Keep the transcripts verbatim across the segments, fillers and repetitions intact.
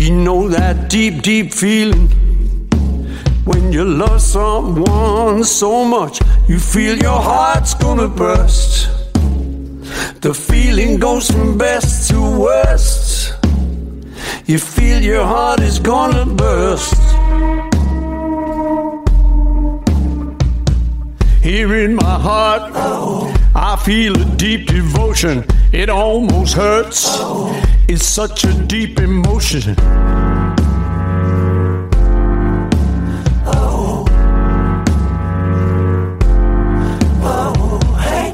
You know that deep, deep feeling when you love someone so much, you feel your heart's gonna burst. The feeling goes from best to worst. You feel your heart is gonna burst. Here in my heart, oh, I feel a deep devotion. It almost hurts. Oh, it's such a deep emotion. Oh, oh, hey.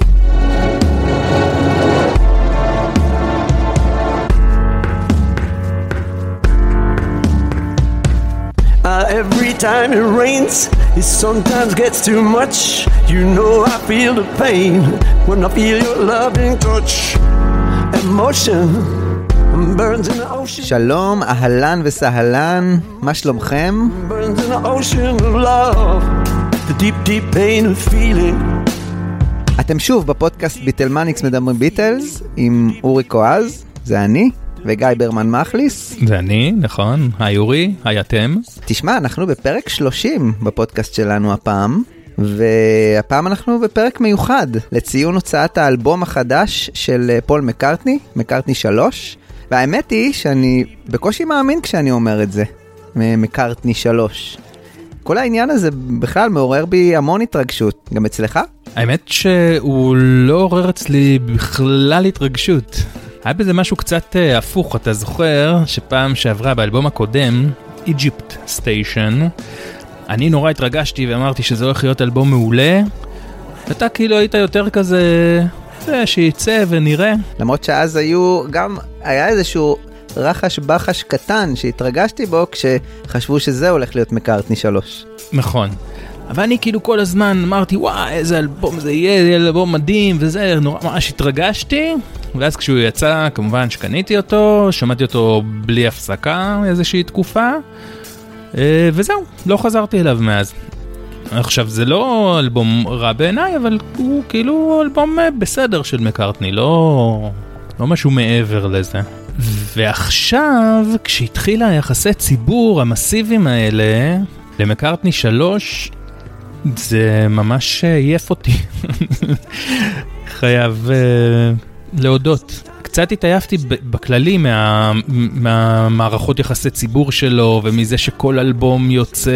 Uh, every time it rains, it sometimes gets too much. You know I feel the pain when I feel your loving touch. Emotion burns in the ocean. שלום, אהלן וסהלן, מה שלומכם? Burns in the ocean of love. The deep deep pain of feeling. אתם שוב בפודקאסט ביטלמניקס מדברים ביטלס עם אורי קואז, זה אני. וגיא ברמן מחליס. זה אני, נכון. היי אורי, היי אתם. תשמע, אנחנו בפרק שלושים בפודקאסט שלנו הפעם, והפעם אנחנו בפרק מיוחד לציון הוצאת האלבום החדש של פול מקארטני, מקארטני שלוש, והאמת היא שאני בקושי מאמין כשאני אומר את זה, מקארטני שלוש. כל העניין הזה בכלל מעורר בי המון התרגשות, גם אצלך? האמת שהוא לא עורר אצלי בכלל התרגשות. היה בזה משהו קצת uh, הפוך, אתה זוכר שפעם שעברה באלבום הקודם, Egypt Station, אני נורא התרגשתי ואמרתי שזה הולך להיות אלבום מעולה, ואתה כאילו היית יותר כזה, זה שיצא ונראה. למרות שאז היו גם, היה איזשהו רחש בחש קטן שהתרגשתי בו כשחשבו שזה הולך להיות מקארטני שלוש. נכון. אבל אני כאילו כל הזמן אמרתי, וואי, איזה אלבום זה יהיה, זה אלבום מדהים, וזה נורא ממש התרגשתי, ואז כשהוא יצא, כמובן שקניתי אותו, שמעתי אותו בלי הפסקה איזושהי תקופה, וזהו, לא חזרתי אליו מאז. עכשיו, זה לא אלבום רע בעיניי, אבל הוא כאילו אלבום בסדר של מקארטני, לא, לא משהו מעבר לזה. ועכשיו, כשהתחילה היחסי ציבור המסיביים האלה, למקארטני שלוש, זה ממש יף אותי. חייב uh, להודות. קצת התעייפתי בכללי מה, מהמערכות יחסי ציבור שלו, ומזה שכל אלבום יוצא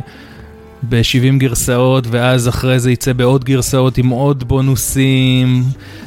ב-שבעים גרסאות, ואז אחרי זה יצא בעוד גרסאות עם עוד בונוסים.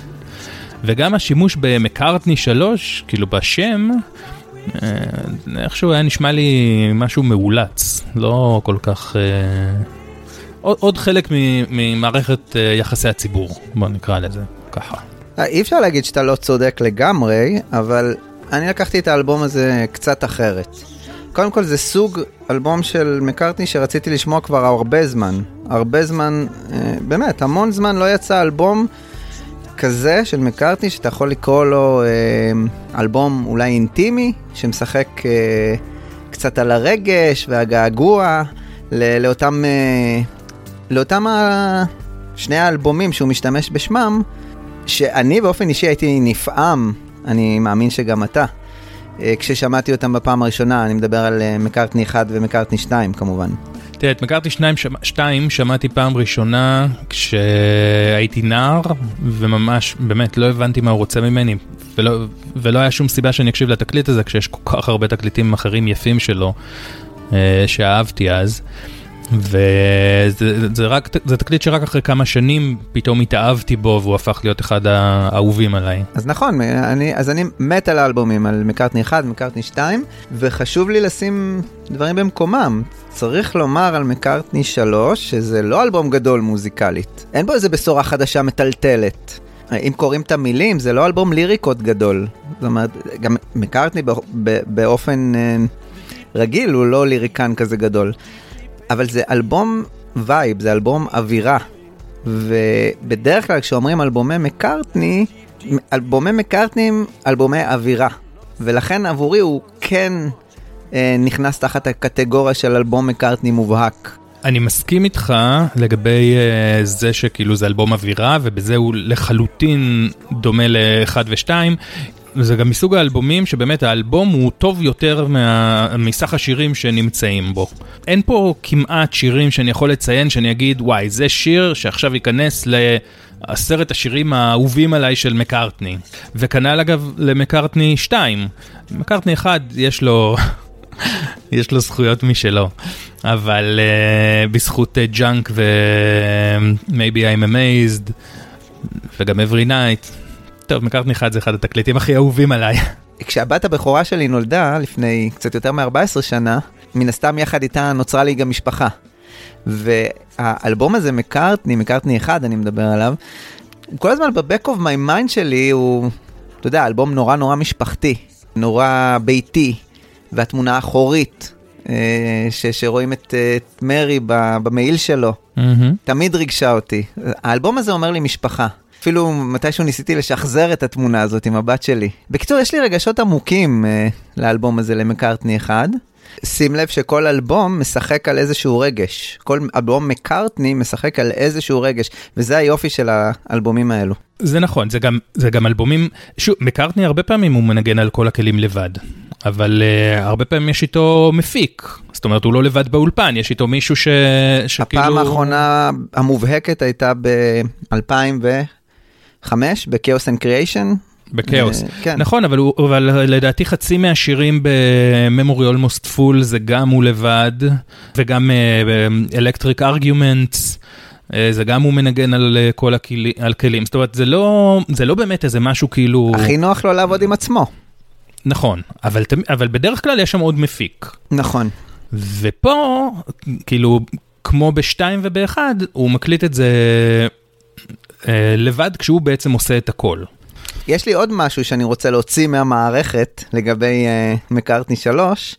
וגם השימוש במקארטני שלוש, כאילו בשם, איכשהו היה נשמע לי משהו מאולץ, לא כל כך... עוד, עוד חלק ממערכת יחסי הציבור, בוא נקרא לזה ככה. אי אפשר להגיד שאתה לא צודק לגמרי, אבל אני לקחתי את האלבום הזה קצת אחרת. קודם כל זה סוג אלבום של מקארטני שרציתי לשמוע כבר הרבה זמן. הרבה זמן, באמת, המון זמן לא יצא אלבום כזה של מקארטני שאתה יכול לקרוא לו אלבום אולי אינטימי, שמשחק קצת על הרגש והגעגוע לאותם... לאותם שני האלבומים שהוא משתמש בשמם, שאני באופן אישי הייתי נפעם, אני מאמין שגם אתה, כששמעתי אותם בפעם הראשונה. אני מדבר על מקארטני אחד ומקארטני שתיים כמובן. תראה, את מקארטני שתיים שמעתי פעם ראשונה כשהייתי נער, וממש באמת לא הבנתי מה הוא רוצה ממני, ולא, ולא היה שום סיבה שאני אקשיב לתקליט הזה, כשיש כל כך הרבה תקליטים אחרים יפים שלו, שאהבתי אז. וזה זה רק, זה תקליט שרק אחרי כמה שנים פתאום התאהבתי בו, והוא הפך להיות אחד האהובים עליי. אז נכון, אני, אז אני מת על האלבומים, על מקארטני אחד, מקארטני שתיים, וחשוב לי לשים דברים במקומם. צריך לומר על מקארטני שלוש, שזה לא אלבום גדול מוזיקלית. אין בו איזה בשורה חדשה מטלטלת. אם קוראים את המילים, זה לא אלבום ליריקות גדול. זאת אומרת, גם מקארטני באופן רגיל, הוא לא ליריקן כזה גדול. אבל זה אלבום וייב, זה אלבום אווירה. ובדרך כלל כשאומרים אלבומי מקארטני, אלבומי מקארטני הם אלבומי אווירה. ולכן עבורי הוא כן אה, נכנס תחת הקטגוריה של אלבום מקארטני מובהק. אני מסכים איתך לגבי uh, זה שכאילו זה אלבום אווירה, ובזה הוא לחלוטין דומה לאחד ושתיים. זה גם מסוג האלבומים שבאמת האלבום הוא טוב יותר מה, מסך השירים שנמצאים בו. אין פה כמעט שירים שאני יכול לציין שאני אגיד, וואי, זה שיר שעכשיו ייכנס לעשרת השירים האהובים עליי של מקארטני. וכנ"ל אגב למקארטני שתיים. מקארטני אחד יש לו... יש לו זכויות משלו, אבל uh, בזכות ג'אנק uh, ו-Maybe I'm Amazed וגם Every Night, טוב, מקארטני אחד זה אחד התקליטים הכי אהובים עליי. כשהבת הבכורה שלי נולדה לפני קצת יותר מ-ארבע עשרה שנה, מן הסתם יחד איתה נוצרה לי גם משפחה. והאלבום הזה, מקארטני, מקארטני אחד אני מדבר עליו, כל הזמן ב-back of my mind שלי הוא, אתה יודע, אלבום נורא נורא משפחתי, נורא ביתי, והתמונה האחורית, ש- שרואים את, את מרי במעיל שלו, mm-hmm. תמיד ריגשה אותי. האלבום הזה אומר לי משפחה. אפילו מתישהו ניסיתי לשחזר את התמונה הזאת עם הבת שלי. בקיצור, יש לי רגשות עמוקים uh, לאלבום הזה, למקארטני אחד. שים לב שכל אלבום משחק על איזשהו רגש. כל אלבום מקארטני משחק על איזשהו רגש, וזה היופי של האלבומים האלו. זה נכון, זה גם, זה גם אלבומים, שוב, מקארטני הרבה פעמים הוא מנגן על כל הכלים לבד, אבל uh, הרבה פעמים יש איתו מפיק, זאת אומרת, הוא לא לבד באולפן, יש איתו מישהו ש... שכאילו... הפעם האחרונה המובהקת הייתה ב-אלפיים וחמש, ב-Chaos and Creation. בקאוס, כן. נכון, אבל, הוא, אבל לדעתי חצי מהשירים ב-Memory Almost Full זה גם הוא לבד, וגם uh, Electric Arguments, uh, זה גם הוא מנגן על uh, כל הכלי, על כלים, זאת אומרת, זה לא, זה לא באמת איזה משהו כאילו... הכי נוח לו לעבוד עם עצמו. נכון, אבל, אבל בדרך כלל יש שם עוד מפיק. נכון. ופה, כאילו, כמו בשתיים ובאחד, הוא מקליט את זה uh, לבד כשהוא בעצם עושה את הכל. יש לי עוד משהו שאני רוצה להוציא מהמערכת לגבי uh, מקארטני שלוש.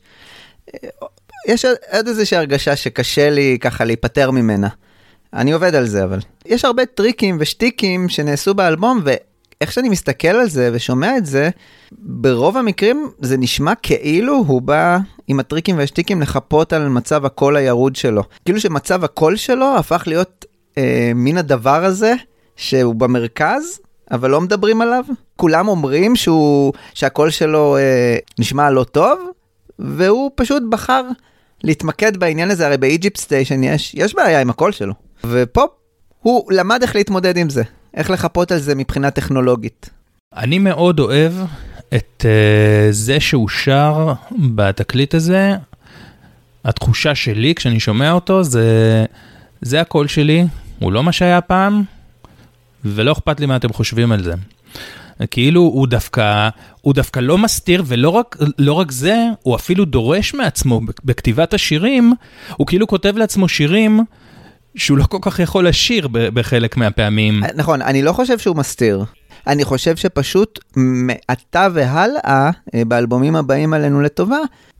יש עוד איזושהי הרגשה שקשה לי ככה להיפטר ממנה. אני עובד על זה, אבל יש הרבה טריקים ושטיקים שנעשו באלבום, ואיך שאני מסתכל על זה ושומע את זה, ברוב המקרים זה נשמע כאילו הוא בא עם הטריקים והשטיקים לחפות על מצב הקול הירוד שלו. כאילו שמצב הקול שלו הפך להיות אה, מין הדבר הזה שהוא במרכז, אבל לא מדברים עליו. כולם אומרים שהוא, שהקול שלו אה, נשמע לא טוב, והוא פשוט בחר להתמקד בעניין הזה. הרי באיג'יפט סטיישן יש, יש בעיה עם הקול שלו. ופה הוא למד איך להתמודד עם זה. איך לחפות על זה מבחינה טכנולוגית. אני מאוד אוהב את uh, זה שהוא שר בתקליט הזה. התחושה שלי כשאני שומע אותו זה, זה הקול שלי, הוא לא מה שהיה פעם, ולא אכפת לי מה אתם חושבים על זה. כאילו הוא דווקא, הוא דווקא לא מסתיר, ולא רק, לא רק זה, הוא אפילו דורש מעצמו בכתיבת השירים, הוא כאילו כותב לעצמו שירים שהוא לא כל כך יכול לשיר בחלק מהפעמים. נכון, אני לא חושב שהוא מסתיר. אני חושב שפשוט מעתה והלאה, באלבומים הבאים עלינו לטובה,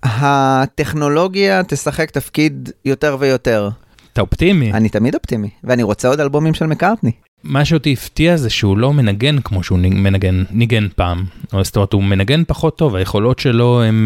הטכנולוגיה תשחק תפקיד יותר ויותר. אתה אופטימי. אני תמיד אופטימי, ואני רוצה עוד אלבומים של מקארטני. מה שאותי הפתיע זה שהוא לא מנגן כמו שהוא מנגן, ניגן פעם. זאת אומרת, הוא מנגן פחות טוב, היכולות שלו הם,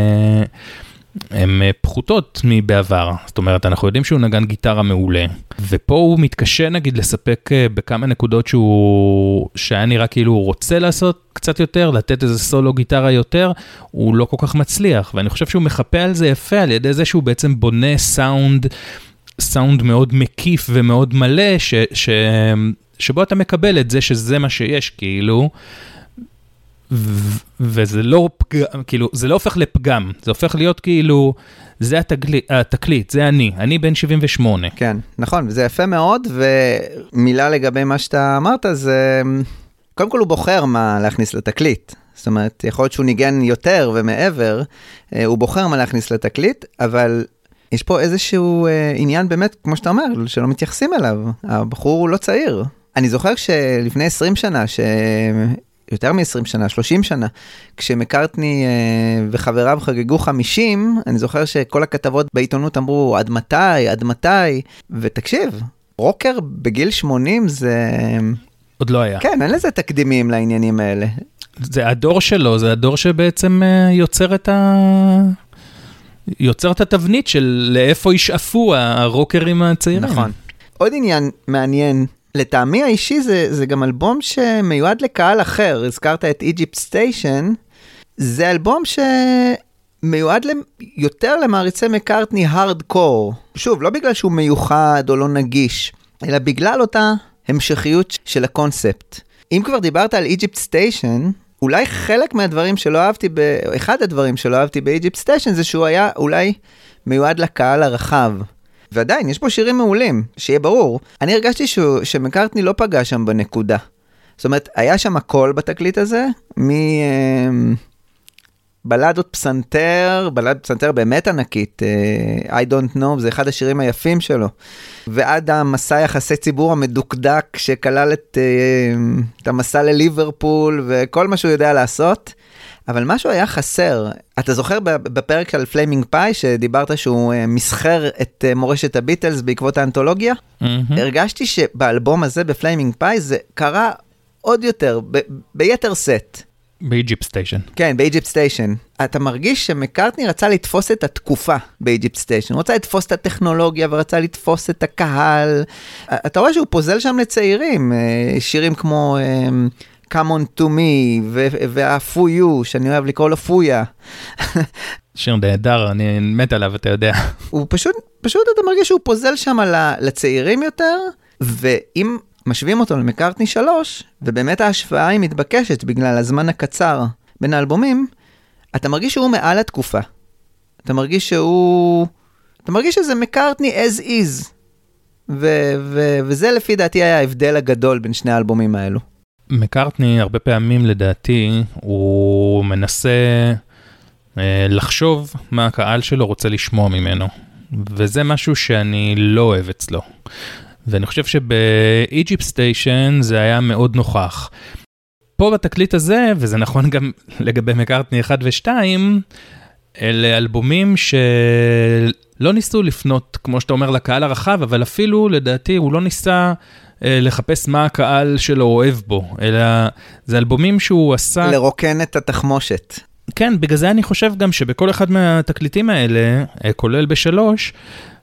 הם פחותות מבעבר. זאת אומרת, אנחנו יודעים שהוא נגן גיטרה מעולה. ופה הוא מתקשה, נגיד, לספק בכמה נקודות שהוא, שהיה נראה כאילו הוא רוצה לעשות קצת יותר, לתת איזה סולו גיטרה יותר, הוא לא כל כך מצליח. ואני חושב שהוא מחפה על זה יפה, על ידי זה שהוא בעצם בונה סאונד, סאונד מאוד מקיף ומאוד מלא, ש, ש, שבו אתה מקבל את זה שזה מה שיש, כאילו, ו, וזה לא פגם, כאילו, זה לא הופך לפגם, זה הופך להיות כאילו, זה התקליט, התקליט, זה אני, אני בן שבעים ושמונה. כן, נכון, וזה יפה מאוד, ומילה לגבי מה שאתה אמרת, זה, קודם כל הוא בוחר מה להכניס לתקליט, זאת אומרת, יכול להיות שהוא ניגן יותר ומעבר, הוא בוחר מה להכניס לתקליט, אבל יש פה איזשהו אה, עניין באמת, כמו שאתה אומר, שלא מתייחסים אליו. הבחור הוא לא צעיר. אני זוכר שלפני עשרים שנה, ש... יותר מ-עשרים שנה, שלושים שנה, כשמקארטני אה, וחבריו חגגו חמישים, אני זוכר שכל הכתבות בעיתונות אמרו, עד מתי, עד מתי, ותקשיב, רוקר בגיל שמונים זה... עוד לא היה. כן, אין לזה תקדימים לעניינים האלה. זה הדור שלו, זה הדור שבעצם אה, יוצר את ה... יוצר את התבנית של לאיפה ישאפו הרוקרים הצעירים. נכון. עוד עניין מעניין לטעמי האישי זה, זה גם אלבום שמיועד לקהל אחר, הזכרת את Egypt Station, זה אלבום שמיועד יותר למעריצי מקארטני הארדקור, שוב, לא בגלל שהוא מיוחד או לא נגיש, אלא בגלל אותה המשכיות של הקונספט. אם כבר דיברת על Egypt Station, אולי חלק מהדברים שלא אהבתי, ב... אחד הדברים שלא אהבתי ב-Egypt Station זה שהוא היה אולי מיועד לקהל הרחב. ועדיין, יש פה שירים מעולים, שיהיה ברור. אני הרגשתי שהוא, שמקארטני לא פגע שם בנקודה. זאת אומרת, היה שם הכל בתקליט הזה, מבלדות פסנתר, בלדות פסנתר באמת ענקית, I don't know, זה אחד השירים היפים שלו, ועד המסע יחסי ציבור המדוקדק, שכלל את, את המסע לליברפול, וכל מה שהוא יודע לעשות, אבל משהו היה חסר. אתה זוכר בפרק של פליימינג פאי, שדיברת שהוא מסחר את מורשת הביטלס בעקבות האנתולוגיה? Mm-hmm. הרגשתי שבאלבום הזה, בפליימינג פאי, זה קרה עוד יותר, ב- ביתר סט. באיג'יפט סטיישן. כן, באיג'יפט סטיישן. אתה מרגיש שמקארטני רצה לתפוס את התקופה באיג'יפט סטיישן. הוא רצה לתפוס את הטכנולוגיה ורצה לתפוס את הקהל. אתה רואה שהוא פוזל שם לצעירים. שירים כמו Come on to me וה-Foo You, שאני אוהב לקרוא לו פויה. שיר נהדר, אני מת עליו, אתה יודע. הוא פשוט, פשוט אתה מרגיש שהוא פוזל שם לצעירים יותר, ואם משווים אותו למקארטני שלוש, ובאמת ההשוואה היא מתבקשת בגלל הזמן הקצר בין האלבומים, אתה מרגיש שהוא מעל התקופה. אתה מרגיש שהוא... אתה מרגיש שזה מקארטני as is. ו- ו- וזה לפי דעתי היה ההבדל הגדול בין שני האלבומים האלו. מקארטני הרבה פעמים לדעתי, הוא מנסה אה, לחשוב מה הקהל שלו רוצה לשמוע ממנו. וזה משהו שאני לא אוהב אצלו. ואני חושב שבאיג'יפט סטיישן זה היה מאוד נוכח. פה בתקליט הזה, וזה נכון גם לגבי מקארטני אחד ושתיים, אלה אלבומים שלא ניסו לפנות, כמו שאתה אומר, לקהל הרחב, אבל אפילו לדעתי הוא לא ניסה לחפש מה הקהל שלו אוהב בו, אלא זה אלבומים שהוא עשה... לרוקן את התחמושת. כן, בגלל זה אני חושב גם שבכל אחד מהתקליטים האלה, כולל בשלוש,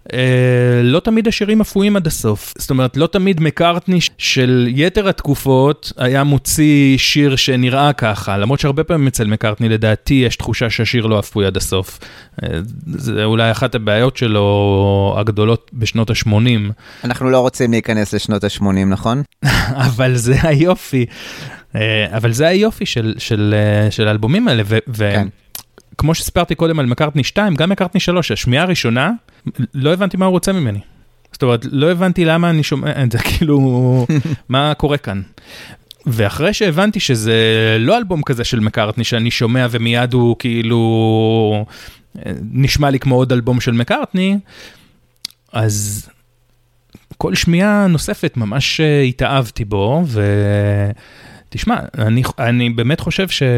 לא תמיד השירים אפויים עד הסוף. זאת אומרת, לא תמיד מקארטני של יתר התקופות היה מוציא שיר שנראה ככה, למרות שהרבה פעמים אצל מקארטני לדעתי יש תחושה שהשיר לא אפוי עד הסוף. זה אולי אחת הבעיות שלו הגדולות בשנות ה-שמונים. אנחנו לא רוצים להיכנס לשנות ה-שמונים, נכון? אבל זה היופי. אבל זה היופי של, של, של האלבומים האלה. ו- כן. כמו שספרתי קודם על מקארטני שתיים, גם מקארטני שלוש, השמיעה הראשונה, לא הבנתי מה הוא רוצה ממני. זאת אומרת, לא הבנתי למה אני שומע את זה, כאילו, מה קורה כאן. ואחרי שהבנתי שזה לא אלבום כזה של מקארטני, שאני שומע ומיד הוא כאילו, נשמע לי כמו עוד אלבום של מקארטני, אז כל שמיעה נוספת ממש התאהבתי בו, ותשמע, אני, אני באמת חושב ש...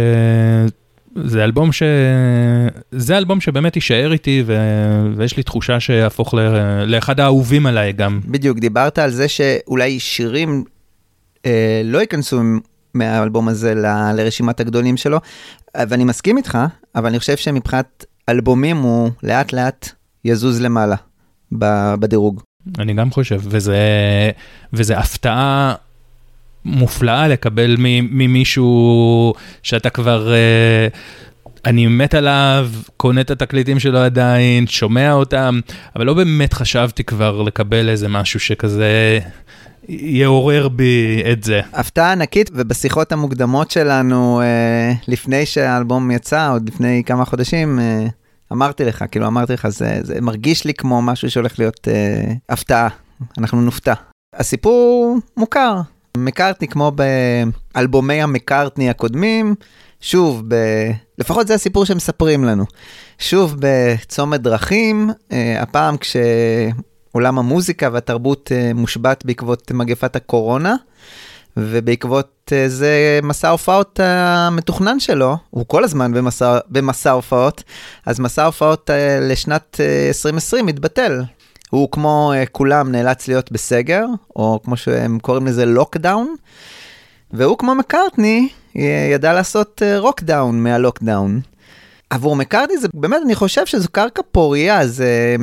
זה אלבום ש... זה אלבום שבאמת יישאר איתי, ו... ויש לי תחושה שיהפוך ל... לאחד האהובים עליי גם. בדיוק, דיברת על זה שאולי שירים אה, לא ייכנסו מהאלבום הזה ל... לרשימת הגדולים שלו, ואני מסכים איתך, אבל אני חושב שמבחינת אלבומים הוא לאט לאט יזוז למעלה בדירוג. אני גם חושב, וזה, וזה הפתעה מופלאה לקבל ממישהו שאתה כבר, אני מת עליו, קונה את התקליטים שלו עדיין, שומע אותם, אבל לא באמת חשבתי כבר לקבל איזה משהו שכזה יעורר בי את זה. הפתעה ענקית, ובשיחות המוקדמות שלנו, לפני שהאלבום יצא, עוד לפני כמה חודשים, אמרתי לך, כאילו אמרתי לך, זה, זה מרגיש לי כמו משהו שהולך להיות הפתעה, אנחנו נופתע. הסיפור מוכר. מקארטני כמו באלבומי המקארטני הקודמים, שוב, ב... לפחות זה הסיפור שמספרים לנו, שוב בצומת דרכים, הפעם כשעולם המוזיקה והתרבות מושבת בעקבות מגפת הקורונה, ובעקבות זה מסע הופעות המתוכנן שלו, הוא כל הזמן במסע, במסע הופעות, אז מסע הופעות לשנת עשרים עשרים מתבטל. הוא כמו כולם נאלץ להיות בסגר, או כמו שהם קוראים לזה לוקדאון, והוא כמו מקארטני ידע לעשות רוקדאון מהלוקדאון. עבור מקארטני זה באמת, אני חושב שזו קרקע פוריה, זה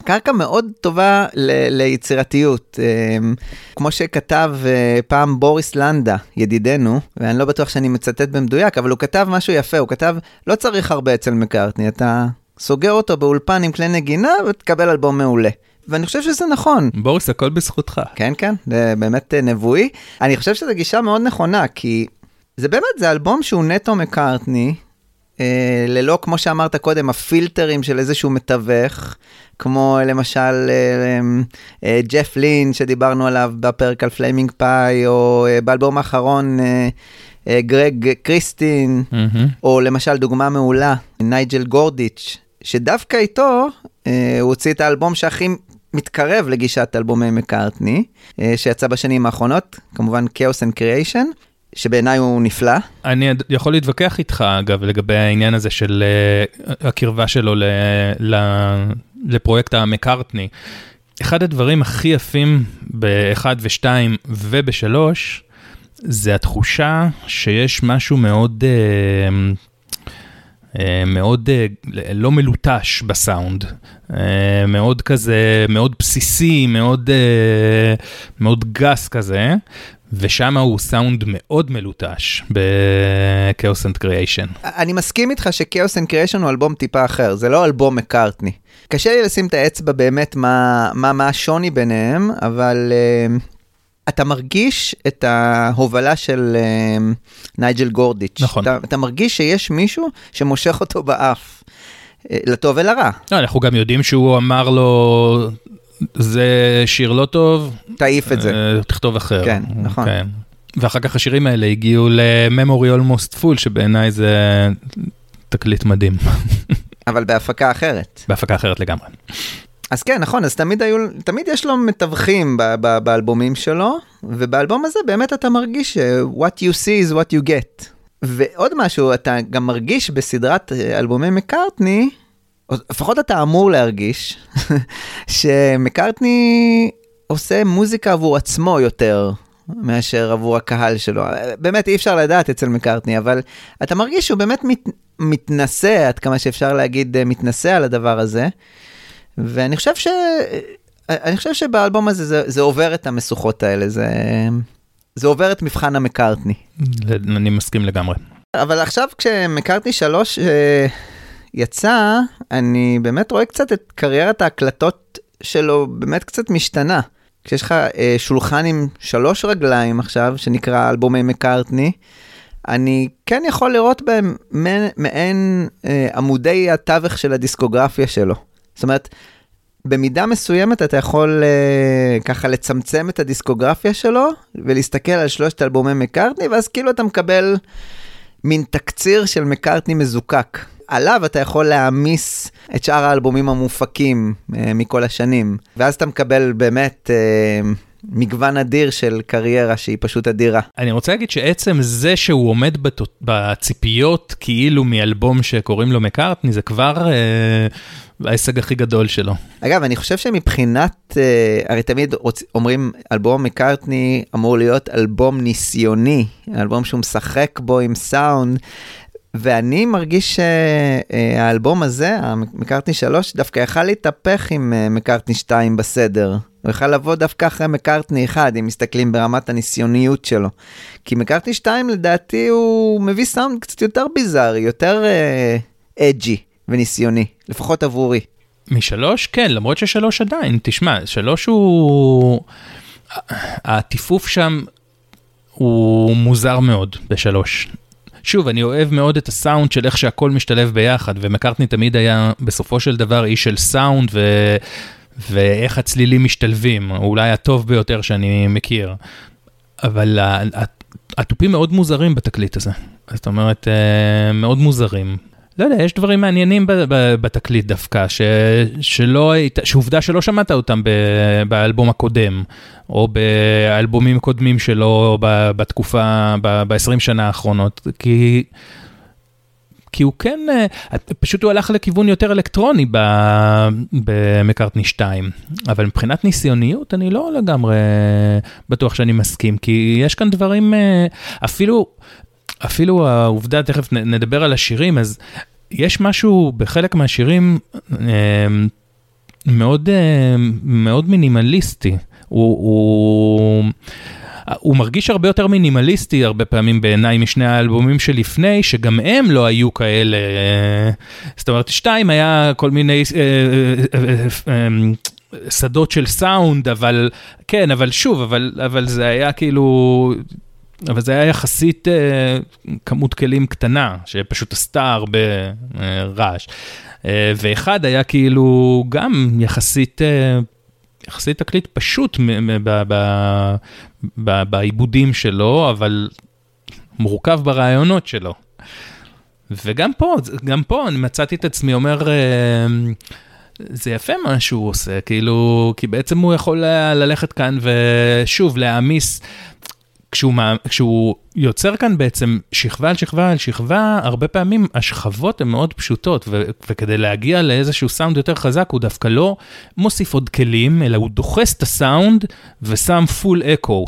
קרקע מאוד טובה ל- ליצירתיות. כמו שכתב פעם בוריס לנדה, ידידנו, ואני לא בטוח שאני מצטט במדויק, אבל הוא כתב משהו יפה, הוא כתב, לא צריך הרבה אצל מקארטני, אתה סוגר אותו באולפן עם כלי נגינה, ותקבל אלבום מעולה. ואני חושב שזה נכון. בוריס, הכל בזכותך. כן, כן, זה באמת נבואי. אני חושב שזו גישה מאוד נכונה, כי זה באמת, זה אלבום שהוא נטו מקארטני, אה, ללא, כמו שאמרת קודם, הפילטרים של איזשהו מתווך, כמו למשל אה, אה, ג'ף לין, שדיברנו עליו בפרק על פליימינג פאי, או אה, באלבום האחרון, אה, אה, גרג קריסטין, mm-hmm. או למשל דוגמה מעולה, נייג'ל גורדיץ', שדווקא איתו, אה, הוא הוציא את האלבום שהכי מתקרב לגישת אלבומי מקארטני, אה, שיצא בשנים האחרונות, כמובן Chaos and Creation, שבעיניי הוא נפלא. אני יכול להתווכח איתך, אגב, לגבי העניין הזה של uh, הקרבה שלו ל, ל, לפרויקט המקארטני. אחד הדברים הכי יפים באחד ושתיים ובשלוש, זה התחושה שיש משהו מאוד, uh, uh, מאוד uh, לא מלוטש בסאונד. Uh, מאוד כזה, מאוד בסיסי, מאוד, uh, מאוד גס כזה. ושם הוא סאונד מאוד מלוטש ב-Chaos and Creation. אני מסכים איתך ש-Chaos and Creation הוא אלבום טיפה אחר, זה לא אלבום מקארטני. קשה לי לשים את האצבע באמת מה, מה, מה השוני ביניהם, אבל uh, אתה מרגיש את ההובלה של uh, נייג'ל גורדיץ'. נכון. אתה, אתה מרגיש שיש מישהו שמושך אותו באף, uh, לטוב ולרע. לא, אנחנו גם יודעים שהוא אמר לו... זה שיר לא טוב. תעיף את זה. תכתוב אחר. כן, נכון. כן. ואחר כך השירים האלה הגיעו ל-Memory Almost Full, שבעיניי זה תקליט מדהים. אבל בהפקה אחרת. בהפקה אחרת לגמרי. אז כן, נכון, אז תמיד, היו, תמיד יש לו מתווכים ב- ב- באלבומים שלו, ובאלבום הזה באמת אתה מרגיש ש- what you see is what you get. ועוד משהו, אתה גם מרגיש בסדרת אלבומי מקארטני, לפחות אתה אמור להרגיש, שמקארטני עושה מוזיקה עבור עצמו יותר, מאשר עבור הקהל שלו. באמת אי אפשר לדעת אצל מקארטני, אבל אתה מרגיש שהוא באמת מת, מתנסה, עד כמה שאפשר להגיד מתנסה על הדבר הזה, ואני חושב ש... אני חושב שבאלבום הזה זה, זה עובר את המשוכות האלה, זה, זה עובר את מבחן המקארטני. אני מסכים לגמרי. אבל עכשיו כשמקארטני שלוש... יצא, אני באמת רואה קצת את קריירת ההקלטות שלו באמת קצת משתנה. כשיש לך אה, שולחן עם שלוש רגליים עכשיו, שנקרא אלבומי מקארטני, אני כן יכול לראות בהם מעין, מעין אה, עמודי התווך של הדיסקוגרפיה שלו. זאת אומרת, במידה מסוימת אתה יכול אה, ככה לצמצם את הדיסקוגרפיה שלו, ולהסתכל על שלושת אלבומי מקארטני, ואז כאילו אתה מקבל מין תקציר של מקארטני מזוקק. עליו אתה יכול להעמיס את שאר האלבומים המופקים אה, מכל השנים, ואז אתה מקבל באמת אה, מגוון אדיר של קריירה שהיא פשוט אדירה. אני רוצה להגיד שעצם זה שהוא עומד בת... בציפיות כאילו מאלבום שקוראים לו מקארטני, זה כבר אה, ההישג הכי גדול שלו. אגב, אני חושב שמבחינת, אה, הרי תמיד רוצ... אומרים אלבום מקארטני אמור להיות אלבום ניסיוני, אלבום שהוא משחק בו עם סאונד, ואני מרגיש שהאלבום הזה, מקארטני שלוש, דווקא יכל להתהפך עם מקארטני שתיים בסדר. הוא יכל לבוא דווקא אחרי מקארטני אחד, אם מסתכלים ברמת הניסיוניות שלו. כי מקארטני שתיים לדעתי הוא מביא סאונד קצת יותר ביזארי, יותר אג'י וניסיוני, לפחות עבורי. משלוש? כן, למרות ששלוש עדיין. תשמע, שלוש הוא... הטיפוף שם הוא מוזר מאוד בשלוש. שוב, אני אוהב מאוד את הסאונד של איך שהכל משתלב ביחד, ומקארטני תמיד היה בסופו של דבר איש של סאונד, ו... ואיך הצלילים משתלבים, אולי הטוב ביותר שאני מכיר. אבל הטופים מאוד מוזרים בתקליט הזה. זאת אומרת, מאוד מוזרים. לא יודע, יש דברים מעניינים בתקליט דווקא, ש... שלא, שעובדה שלא שמעת אותם באלבום הקודם, או באלבומים קודמים שלו בתקופה, ב-עשרים שנה האחרונות, כי, כי הוא כן, פשוט הוא הלך לכיוון יותר אלקטרוני במקארטני שתיים, אבל מבחינת ניסיוניות אני לא לגמרי בטוח שאני מסכים, כי יש כאן דברים, אפילו... אפילו העובדה, תכף נדבר על השירים, אז יש משהו בחלק מהשירים מאוד, מאוד מינימליסטי. הוא, הוא, הוא מרגיש הרבה יותר מינימליסטי הרבה פעמים בעיניי משני האלבומים שלפני, שגם הם לא היו כאלה. זאת אומרת, שתיים היה כל מיני שדות של סאונד, אבל כן, אבל שוב, אבל, אבל זה היה כאילו, אבל זה היה יחסית כמות כלים קטנה, שפשוט עשתה הרבה רעש. ואחד היה כאילו גם יחסית, יחסית תקליט פשוט בעיבודים שלו, אבל מורכב ברעיונות שלו. וגם פה, גם פה אני מצאתי את עצמי אומר, זה יפה מה שהוא עושה, כאילו, כי בעצם הוא יכול ללכת כאן ושוב להעמיס, כשהוא, כשהוא יוצר כאן בעצם שכבה על שכבה על שכבה, הרבה פעמים השכבות הן מאוד פשוטות, ו- וכדי להגיע לאיזשהו סאונד יותר חזק, הוא דווקא לא מוסיף עוד כלים, אלא הוא דוחס את הסאונד ושם פול אקו,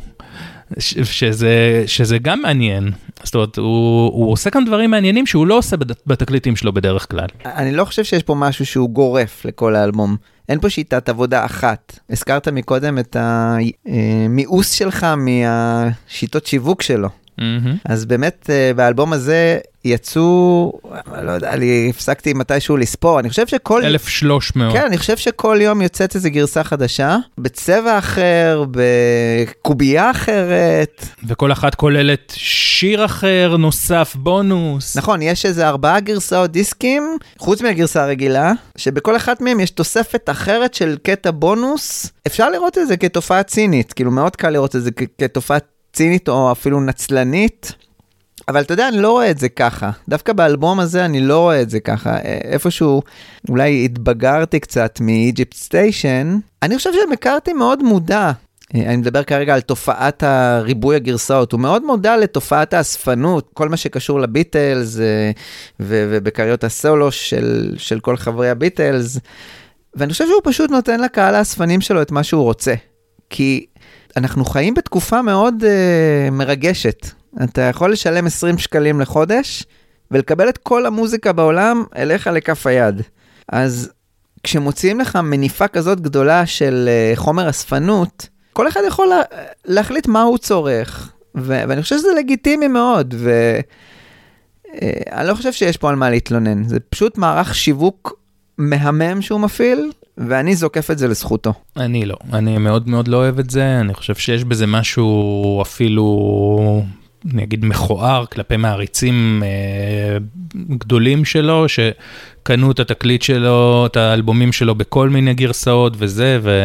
שזה, שזה גם מעניין. זאת אומרת, הוא, הוא עושה כאן דברים מעניינים שהוא לא עושה בתקליטים שלו בדרך כלל. אני לא חושב שיש פה משהו שהוא גורף לכל האלבום. אין פה שיטת עבודה אחת. הזכרת מקודם את המיאוס שלך מהשיטות שיווק שלו. אז באמת באלבום הזה יצאו, לא יודע, אני הפסקתי מתישהו לספור, אני חושב שכל... אלף ושלוש מאות. כן, אני חושב שכל יום יוצאת איזו גרסה חדשה, בצבע אחר, בקובייה אחרת. וכל אחת כוללת שיר אחר, נוסף, בונוס. נכון, יש איזה ארבעה גרסאות דיסקים, חוץ מהגרסה הרגילה, שבכל אחת מהם יש תוספת אחרת של קטע בונוס. אפשר לראות את זה כתופעה צינית, כאילו מאוד קל לראות את זה כתופעה צינית או אפילו נצלנית, אבל אתה יודע, אני לא רואה את זה ככה. דווקא באלבום הזה אני לא רואה את זה ככה. איפשהו אולי התבגרתי קצת מ-Egypt Station. אני חושב שמקארטני מאוד מודע. אני מדבר כרגע על תופעת הריבוי הגרסאות. הוא מאוד מודע לתופעת האספנות, כל מה שקשור לביטלס ובקריירות הסולו של, של כל חברי הביטלס. ואני חושב שהוא פשוט נותן לקהל האספנים שלו את מה שהוא רוצה. כי אנחנו חיים בתקופה מאוד uh, מרגשת. אתה יכול לשלם עשרים שקלים לחודש, ולקבל את כל המוזיקה בעולם אליך לכף היד. אז כשמוציאים לך מניפה כזאת גדולה של uh, חומר אספנות, כל אחד יכול לה, להחליט מה הוא צורך. ו- ואני חושב שזה לגיטימי מאוד, ואני uh, לא חושב שיש פה על מה להתלונן. זה פשוט מערך שיווק מהמם שהוא מפעיל, ואני זוקף את זה לזכותו. אני לא, אני מאוד מאוד לא אוהב את זה, אני חושב שיש בזה משהו אפילו, אני אגיד, מכוער כלפי מעריצים אה, גדולים שלו, שקנו את התקליט שלו, את האלבומים שלו בכל מיני גרסאות וזה, ו...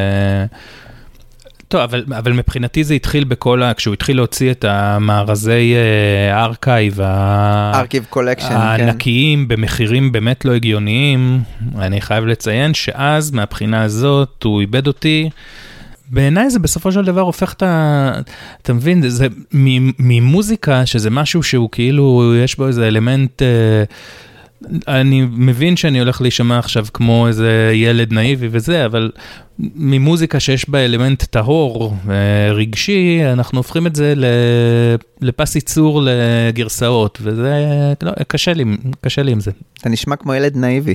טוב, אבל, אבל מבחינתי זה התחיל בכל ה... כשהוא התחיל להוציא את המארזי הארכייב, ארכייב קולקשן, הענקיים, כן. במחירים באמת לא הגיוניים, אני חייב לציין שאז, מהבחינה הזאת, הוא איבד אותי. בעיניי זה בסופו של דבר הופך את ה... אתה מבין, זה ממוזיקה, שזה משהו שהוא כאילו, יש בו איזה אלמנט... אני מבין שאני הולך להישמע עכשיו כמו איזה ילד נאיבי וזה, אבל ממוזיקה שיש בה אלמנט טהור רגשי, אנחנו הופכים את זה לפס ייצור לגרסאות, וזה לא, קשה לי, קשה לי עם זה. אתה נשמע כמו ילד נאיבי.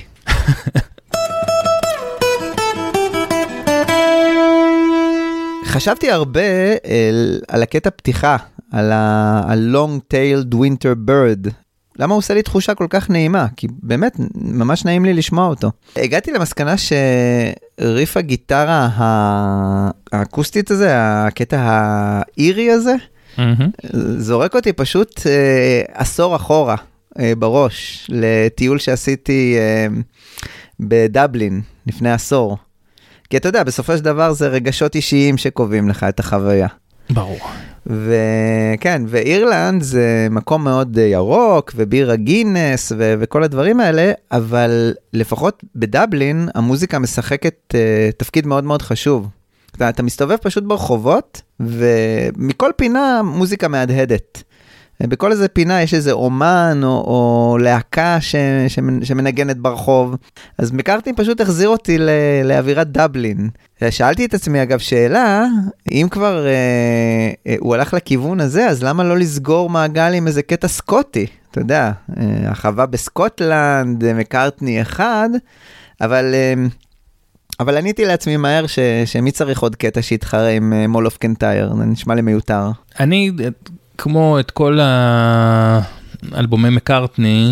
חשבתי הרבה על הקטע פתיחה, על ה-long-tailed winter bird, למה הוא עושה לי תחושה כל כך נעימה? כי באמת, ממש נעים לי לשמוע אותו. הגעתי למסקנה שריף הגיטרה האקוסטית הזה, הקטע האירי הזה, זורק אותי פשוט עשור אחורה בראש, לטיול שעשיתי בדבלין לפני עשור. כי אתה יודע, בסופו של דבר זה רגשות אישיים שקובעים לך את החוויה. ברור. וכן, ואירלנד זה מקום מאוד ירוק, ובירה גינס, ו- וכל הדברים האלה, אבל לפחות בדבלין, המוזיקה משחקת uh, תפקיד מאוד מאוד חשוב. אתה, אתה מסתובב פשוט ברחובות, ומכל פינה מוזיקה מהדהדת. בכל איזה פינה יש איזה אומן או, או להקה ש, שמנגנת ברחוב. אז מקארטני פשוט החזיר אותי ל, לאווירת דבלין. שאלתי את עצמי אגב שאלה, אם כבר אה, אה, הוא הלך לכיוון הזה, אז למה לא לסגור מעגל עם איזה קטע סקוטי? אתה יודע, אה, החווה בסקוטלנד, מקארטני אחד, אבל... אה, אבל עניתי לעצמי מהר ש, שמי צריך עוד קטע שיתחרה עם מול אוף קנטייר, זה נשמע לי מיותר. אני, כמו את כל האלבומי מקארטני,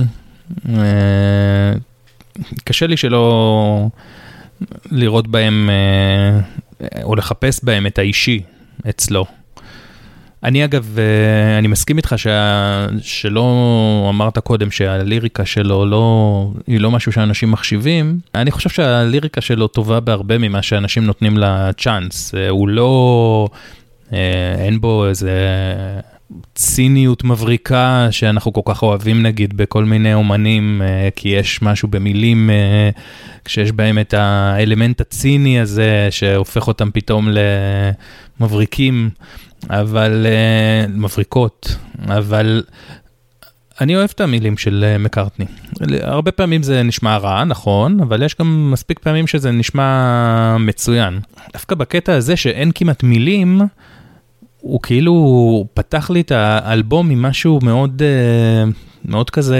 קשה לי שלא לראות בהם, או לחפש בהם את האישי אצלו. אני אגב, אני מסכים איתך שה, שלא אמרת קודם שהליריקה שלו לא, היא לא משהו שאנשים מחשיבים. אני חושב שהליריקה שלו טובה בהרבה ממה שאנשים נותנים לה צ'אנס. הוא לא, אין בו איזה ציניות מבריקה שאנחנו כל כך אוהבים נגיד בכל מיני אומנים, כי יש משהו במילים כשיש בהם את האלמנט הציני הזה שהופך אותם פתאום למבריקים. אבל, מבריקות, אבל אני אוהב את המילים של מקארטני. הרבה פעמים זה נשמע רע, נכון, אבל יש גם מספיק פעמים שזה נשמע מצוין. דווקא בקטע הזה שאין כמעט מילים, הוא כאילו פתח לי את האלבום עם משהו מאוד, מאוד כזה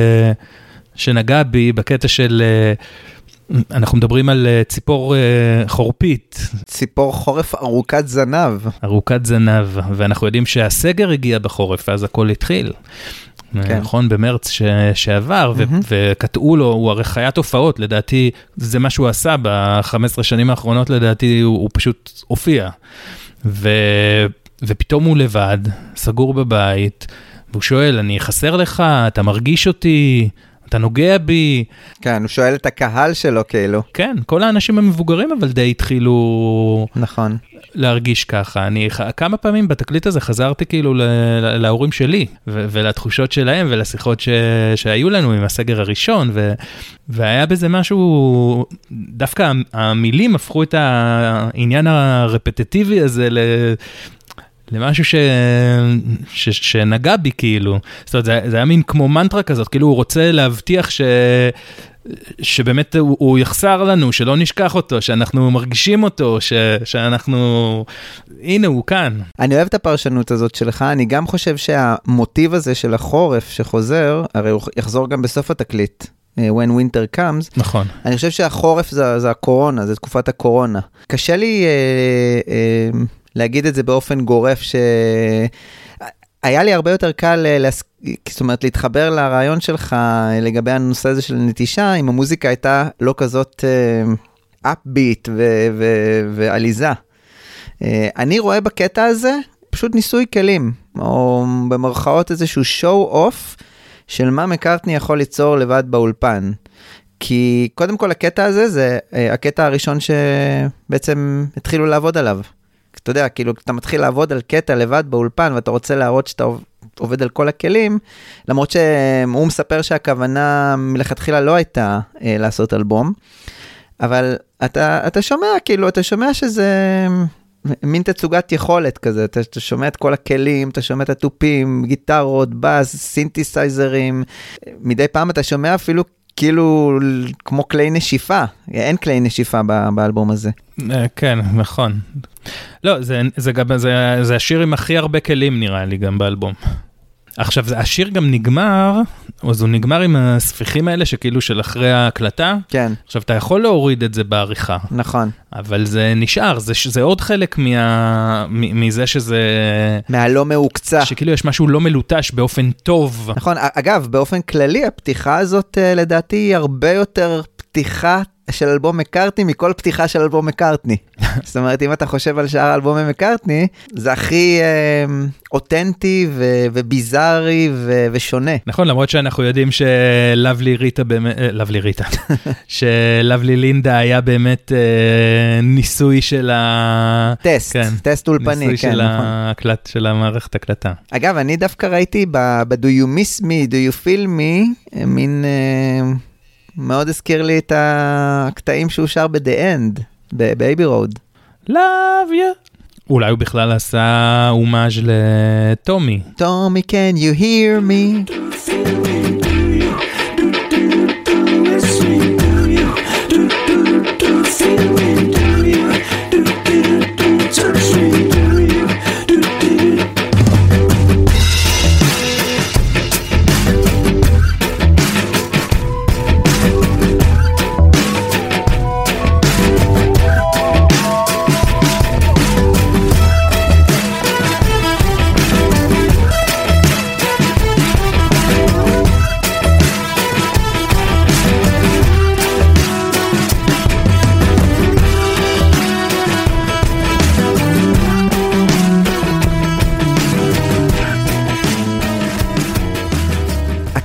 שנגע בי בקטע של... אנחנו מדברים על ציפור חורפית. ציפור חורף ארוכת זנב. ארוכת זנב, ואנחנו יודעים שהסגר הגיע בחורף, אז הכל התחיל. כן. נכון, במרץ ש... שעבר, ו... mm-hmm. וכתאו לו, הוא הרי חיית הופעות, לדעתי, זה מה שהוא עשה ב-חמש עשרה שנים האחרונות, לדעתי, הוא, הוא פשוט הופיע. ו... ופתאום הוא לבד, סגור בבית, והוא שואל, אני חסר לך, אתה מרגיש אותי... אתה נוגע בי. כן, הוא שואל את הקהל שלו כאילו. כן, כל האנשים המבוגרים אבל די התחילו... נכון. להרגיש ככה. אני כמה פעמים בתקליט הזה חזרתי כאילו להורים שלי, ו- ולתחושות שלהם ולשיחות ש- שהיו לנו עם הסגר הראשון, ו- והיה בזה משהו, דווקא המילים הפכו את העניין הרפטטיבי הזה ל... למשהו ש... ש... שנגע בי כאילו. זאת אומרת, זה, זה היה מין כמו מנטרה כזאת, כאילו הוא רוצה להבטיח ש... שבאמת הוא, הוא יחסר לנו, שלא נשכח אותו, שאנחנו מרגישים אותו, ש... שאנחנו... הנה, הוא כאן. אני אוהב את הפרשנות הזאת שלך, אני גם חושב שהמוטיב הזה של החורף שחוזר, הרי הוא יחזור גם בסוף התקליט. When winter comes. נכון. אני חושב שהחורף זה, זה הקורונה, זה תקופת הקורונה. קשה לי... אה, אה, להגיד את זה באופן גורף שהיה לי הרבה יותר קל, זאת אומרת, להתחבר לרעיון שלך לגבי הנושא הזה של נטישה, אם המוזיקה הייתה לא כזאת upbeat ועליזה. אני רואה בקטע הזה פשוט ניסוי כלים, או במרכאות איזשהו show off של מה מקארטני יכול ליצור לבד באולפן. כי קודם כל הקטע הזה זה הקטע הראשון שבעצם התחילו לעבוד עליו. אתה יודע, כאילו, אתה מתחיל לעבוד על קטע לבד באולפן, ואתה רוצה להראות שאתה עובד על כל הכלים, למרות שהוא מספר שהכוונה מלכתחילה לא הייתה אה, לעשות אלבום, אבל אתה, אתה שומע, כאילו, אתה שומע שזה מין תצוגת יכולת כזה, אתה, אתה שומע את כל הכלים, אתה שומע את הטופים, גיטרות, בס, סינתסייזרים, מדי פעם אתה שומע אפילו כאילו כמו כלי נשיפה, אין כלי נשיפה באלבום הזה. כן, נכון. לא, זה, זה, זה, זה השיר עם הכי הרבה כלים נראה לי גם באלבום. עכשיו, השיר גם נגמר, אז הוא נגמר עם הספיחים האלה שכאילו של אחרי ההקלטה. כן. עכשיו, אתה יכול להוריד את זה בעריכה. נכון. אבל זה נשאר, זה, זה עוד חלק מה, מזה שזה... מהלא מעוקצה. שכאילו יש משהו לא מלוטש באופן טוב. נכון, אגב, באופן כללי, הפתיחה הזאת לדעתי היא הרבה יותר פתיחה של אלבום מקארטני מכל פתיחה של אלבום מקארטני. זאת אומרת, אם אתה חושב על שאר אלבומי מקארטני, זה הכי אה, אותנטי ו- וביזארי ו- ושונה. נכון, למרות שאנחנו יודעים שלבלי ריטה, באמת, לבלי ריטה, שלבלי לינדה היה באמת אה, ניסוי של ה... טסט, כן, טסט אולפני. ניסוי כן, של, נכון. ההקלט, של המערכת הקלטה. אגב, אני דווקא ראיתי ב-Do You Miss Me, Do You Feel Me, מין... אה, מאוד הזכיר לי את הקטעים שהוא שר ב-The End, ב-Baby Road. Love you. אולי הוא בכלל עשה אומאז' לטומי. Tommy, can you hear me?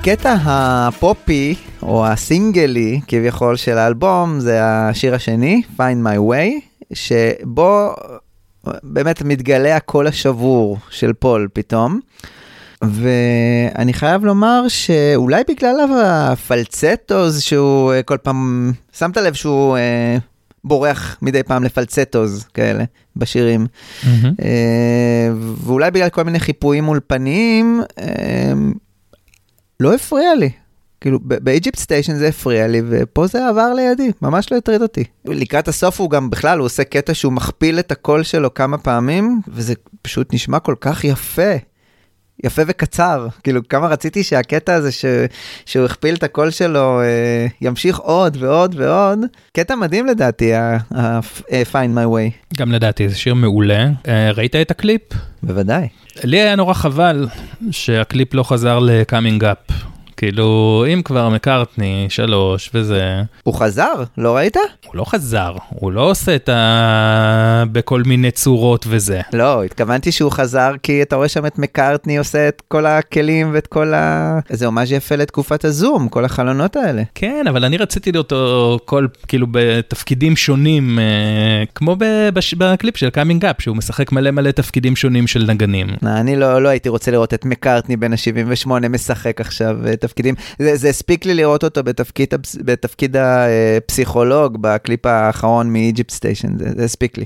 הקטע הפופי, או הסינגלי, כביכול של האלבום, זה השיר השני, Find My Way, שבו באמת מתגלה הקול השבור של פול פתאום. ואני חייב לומר שאולי בגלל הפלצטוז שהוא כל פעם, שמת לב שהוא אה, בורח מדי פעם לפלצטוז כאלה בשירים. Mm-hmm. אה, ואולי בגלל כל מיני חיפויים אולפניים, אה, לא הפריע לי. כאילו, באיג'יפט סטיישן זה הפריע לי, ופה זה עבר לידי, ממש לא הטריד אותי. לקראת הסוף הוא גם בכלל, הוא עושה קטע שהוא מכפיל את הקול שלו כמה פעמים, וזה פשוט נשמע כל כך יפה. יפה וקצר, כאילו כמה רציתי שהקטע הזה ש... שהוא הכפיל את הקול שלו אה, ימשיך עוד ועוד ועוד. קטע מדהים לדעתי, ה-Find My Way. גם לדעתי, זה שיר מעולה. אה, ראית את הקליפ? בוודאי. לי היה נורא חבל שהקליפ לא חזר ל-Coming Up. כאילו, אם כבר מקארטני, שלוש וזה... הוא חזר? לא ראית? הוא לא חזר, הוא לא עושה את ה... בכל מיני צורות וזה. לא, התכוונתי שהוא חזר כי אתה רואה שם את מקארטני עושה את כל הכלים ואת כל ה... זה ממש יפה לתקופת הזום, כל החלונות האלה. כן, אבל אני רציתי אותו כל, כאילו, בתפקידים שונים, כמו בש... בקליפ של Coming Up, שהוא משחק מלא מלא תפקידים שונים של נגנים. אני לא, לא הייתי רוצה לראות את מקארטני בין ה-שבעים ושמונה משחק עכשיו תפקידים. זה, זה הספיק לי לראות אותו בתפקיד, בתפקיד הפסיכולוג בקליפ האחרון מ-Egypt Station. זה, זה הספיק לי.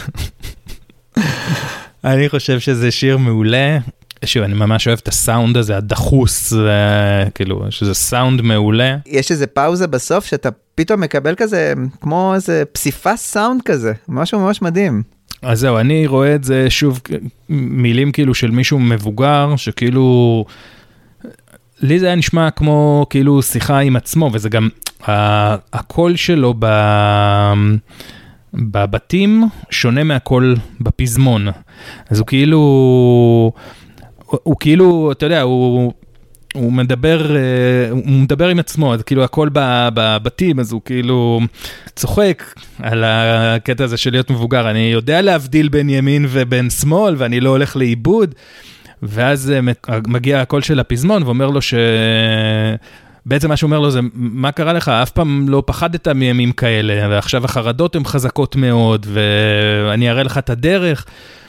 אני חושב שזה שיר מעולה. שוב, אני ממש אוהב את הסאונד הזה, הדחוס, כאילו, שזה סאונד מעולה. יש איזה פאוזה בסוף שאתה פתאום מקבל כזה, כמו איזה פסיפס סאונד כזה. משהו ממש מדהים. אז זהו, אני רואה את זה שוב, מילים כאילו של מישהו מבוגר, שכאילו... לי זה היה נשמע כמו כאילו שיחה עם עצמו, וזה גם, הקול שלו בבתים שונה מהקול בפזמון. אז הוא כאילו, הוא כאילו, אתה יודע, הוא, הוא מדבר, הוא מדבר עם עצמו, אז כאילו הקול בבתים, אז הוא כאילו צוחק על הקטע הזה של להיות מבוגר. אני יודע להבדיל בין ימין ובין שמאל, ואני לא הולך לאיבוד. ואז מגיע הקול של הפזמון, ואומר לו ש... בעצם מה שאומר לו זה, מה קרה לך? אף פעם לא פחדת מימים כאלה, ועכשיו החרדות הן חזקות מאוד, ואני אראה לך את הדרך.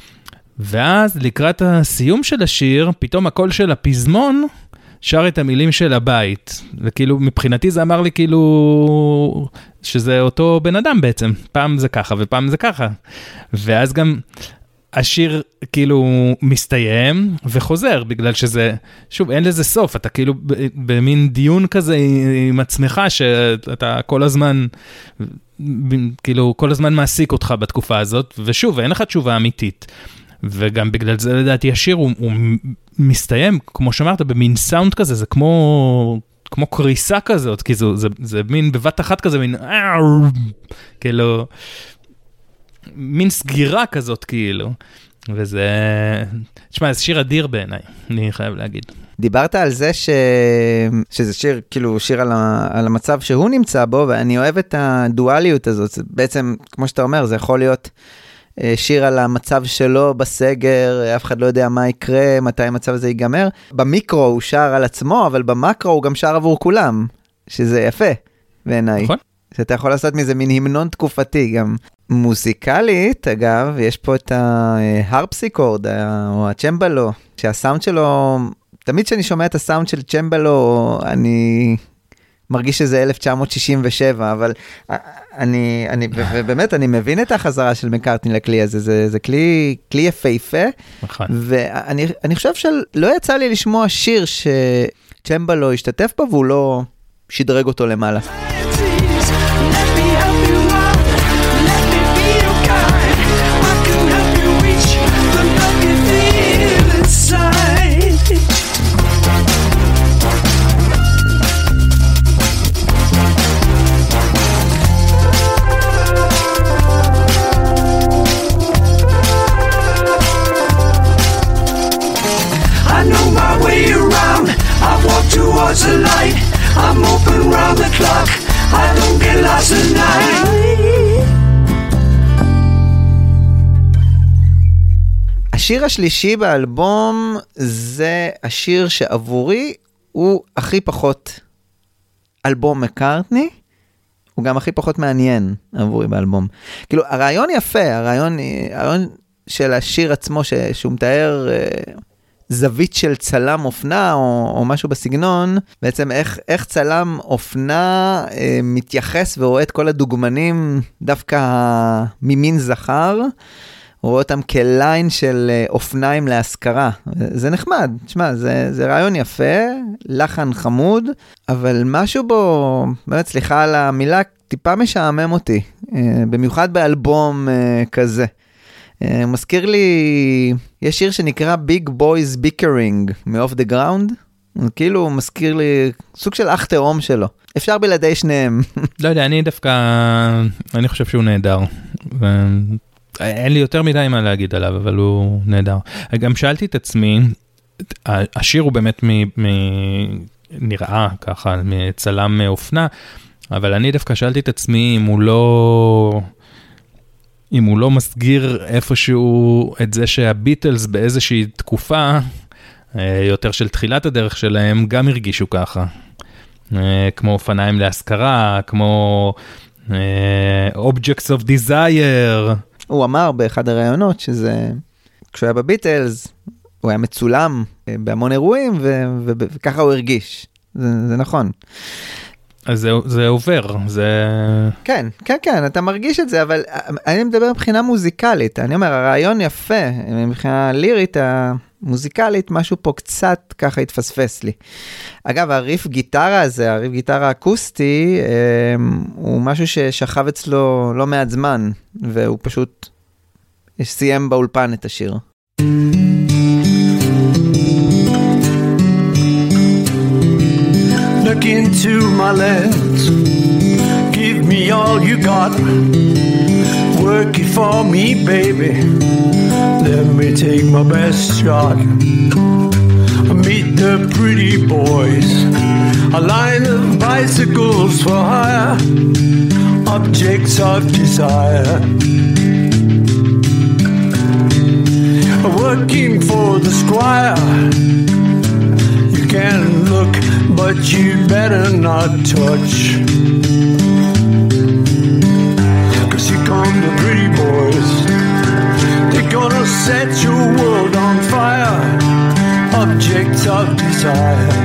ואז לקראת הסיום של השיר, פתאום הקול של הפזמון שר את המילים של הבית. וכאילו, מבחינתי זה אמר לי כאילו, שזה אותו בן אדם בעצם. פעם זה ככה ופעם זה ככה. ואז גם... השיר כאילו מסתיים וחוזר, בגלל שזה, שוב, אין לזה סוף, אתה כאילו במין דיון כזה עם עצמך, שאתה כל הזמן, כאילו כל הזמן מעסיק אותך בתקופה הזאת, ושוב, אין לך תשובה אמיתית, וגם בגלל זה לדעתי השיר הוא, הוא מסתיים, כמו שאמרת, במין סאונד כזה, זה כמו... כמו קריסה כזאת, כי זה, זה, זה מין בבת אחת כזה, מין, כאילו... מין סגירה כזאת כאילו, וזה, תשמע, זה שיר אדיר בעיניי, אני חייב להגיד. דיברת על זה ש... שזה שיר, כאילו שיר על, ה... על המצב שהוא נמצא בו, ואני אוהב את הדואליות הזאת, זה בעצם, כמו שאתה אומר, זה יכול להיות שיר על המצב שלו בסגר, אף אחד לא יודע מה יקרה, מתי המצב הזה ייגמר. במיקרו הוא שר על עצמו, אבל במקרו הוא גם שר עבור כולם, שזה יפה בעיניי. נכון. שאתה יכול לעשות מזה מין המנון תקופתי גם. מוזיקלית, אגב, יש פה את ההרפסיקורד, או הצ'מבלו, שהסאונד שלו, תמיד כשאני שומע את הסאונד של צ'מבלו, אני מרגיש שזה אלף תשע מאות שישים ושבע, אבל אני, אני, ובאמת, אני מבין את החזרה של מקארטני לכלי הזה, זה, זה כלי, כלי יפהפה, ואני, אני חושב שלא יצא לי לשמוע שיר שצ'מבלו השתתף בו, והוא לא שדרג אותו למעלה. Towards the light, I'm open round the clock, I don't get lost at night. השיר השלישי באלבום זה השיר שעבורי הוא הכי פחות אלבום מקארטני, הוא גם הכי פחות מעניין עבורי באלבום. כאילו, הרעיון יפה, הרעיון, הרעיון של השיר עצמו, ש, שהוא מתאר אה, זווית של צלם אופנה, או, או משהו בסגנון, בעצם איך, איך צלם אופנה אה, מתייחס ורואה את כל הדוגמנים דווקא ממין זכר, הוא רואה אותם כליין של אופניים להשכרה. זה נחמד, תשמע, זה, זה רעיון יפה, לחן חמוד, אבל משהו בו, באמת סליחה על המילה, טיפה משעמם אותי, במיוחד באלבום כזה. מזכיר לי, יש שיר שנקרא Big Boys Bickering מ-Off the Ground, כאילו מזכיר לי סוג של אח תאום שלו. אפשר בלעדי שניהם. לא יודע, אני דווקא, אני חושב שהוא נהדר. אין לי יותר מדי מה להגיד עליו, אבל הוא נהדר. גם שאלתי את עצמי, השיר הוא באמת מ, מ, נראה ככה, מצלם אופנה, אבל אני דווקא שאלתי את עצמי אם הוא לא, אם הוא לא מסגיר איפשהו את זה שהביטלס באיזושהי תקופה, יותר של תחילת הדרך שלהם, גם הרגישו ככה. כמו אופניים להשכרה, כמו Objects of Desire. הוא אמר באחד הרעיונות שזה, כשהוא היה בביטלס, הוא היה מצולם בהמון אירועים, ו- ו- וככה הוא הרגיש. זה, זה נכון. אז זה, זה עובר, זה... כן, כן, כן, אתה מרגיש את זה, אבל אני מדבר מבחינה מוזיקלית. אני אומר, הרעיון יפה, מבחינה לירית, המוזיקלית, משהו פה קצת ככה התפספס לי. אגב, הריף גיטרה הזה, הריף גיטרה אקוסטי, הוא משהו ששכב אצלו לא מעט זמן, והוא פשוט סיים באולפן את השיר. Look into my lens, give me all you got, work it for me, baby, let me take my best shot. Meet the pretty boys, a line of bicycles for hire, objects of desire, working for the squire. You can look, but you better not touch, 'cause here come the pretty boys, they're gonna set your world on fire, objects of desire,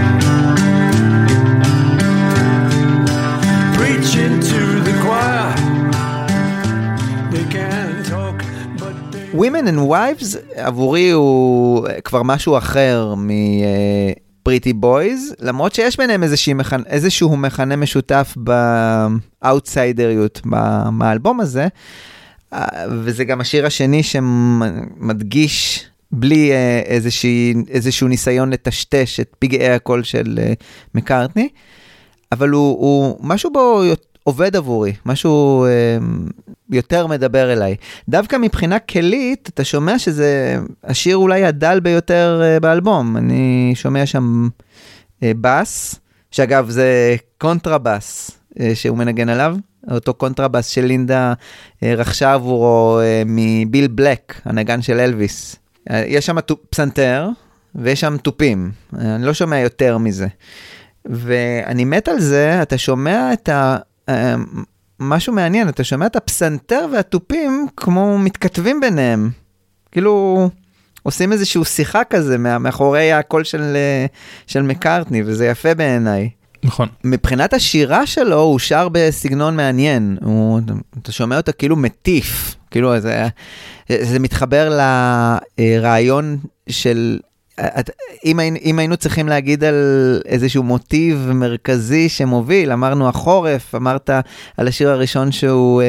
preaching to the choir, they can't talk but they... Women and Wives עבורי הוא כבר משהו אחר מ... פריטי בויז, למרות שיש ביניהם איזשהו מכנה, איזשהו מכנה משותף באוטסיידריות באלבום הזה, וזה גם השיר השני שמדגיש בלי איזשהו, איזשהו ניסיון לטשטש את פגעי הקול של מקארטני, אבל הוא, הוא משהו בו עובד עבורי, משהו יותר מדבר אליי. דווקא מבחינה כלית, אתה שומע שזה השיר אולי הדל ביותר באלבום. אני שומע שם בס, שאגב זה קונטרבס שהוא מנגן עליו, אותו קונטרבס של לינדה רכשה עבורו מביל בלק, הנגן של אלוויס. יש שם פסנתר ויש שם טופים, אני לא שומע יותר מזה. ואני מת על זה, אתה שומע את ה... משהו מעניין, אתה שומע את הפסנתר והטופים כמו מתכתבים ביניהם. כאילו עושים איזושהי שיחה כזה מאחורי הקול של, של מקארטני, וזה יפה בעיניי. נכון. מבחינת השירה שלו, הוא שר בסגנון מעניין. הוא, אתה שומע אותה כאילו מטיף. כאילו זה, זה מתחבר לרעיון של... אם, אם היינו צריכים להגיד על איזשהו מוטיב מרכזי שמוביל, אמרנו החורף, אמרת על השיר הראשון שהוא אה,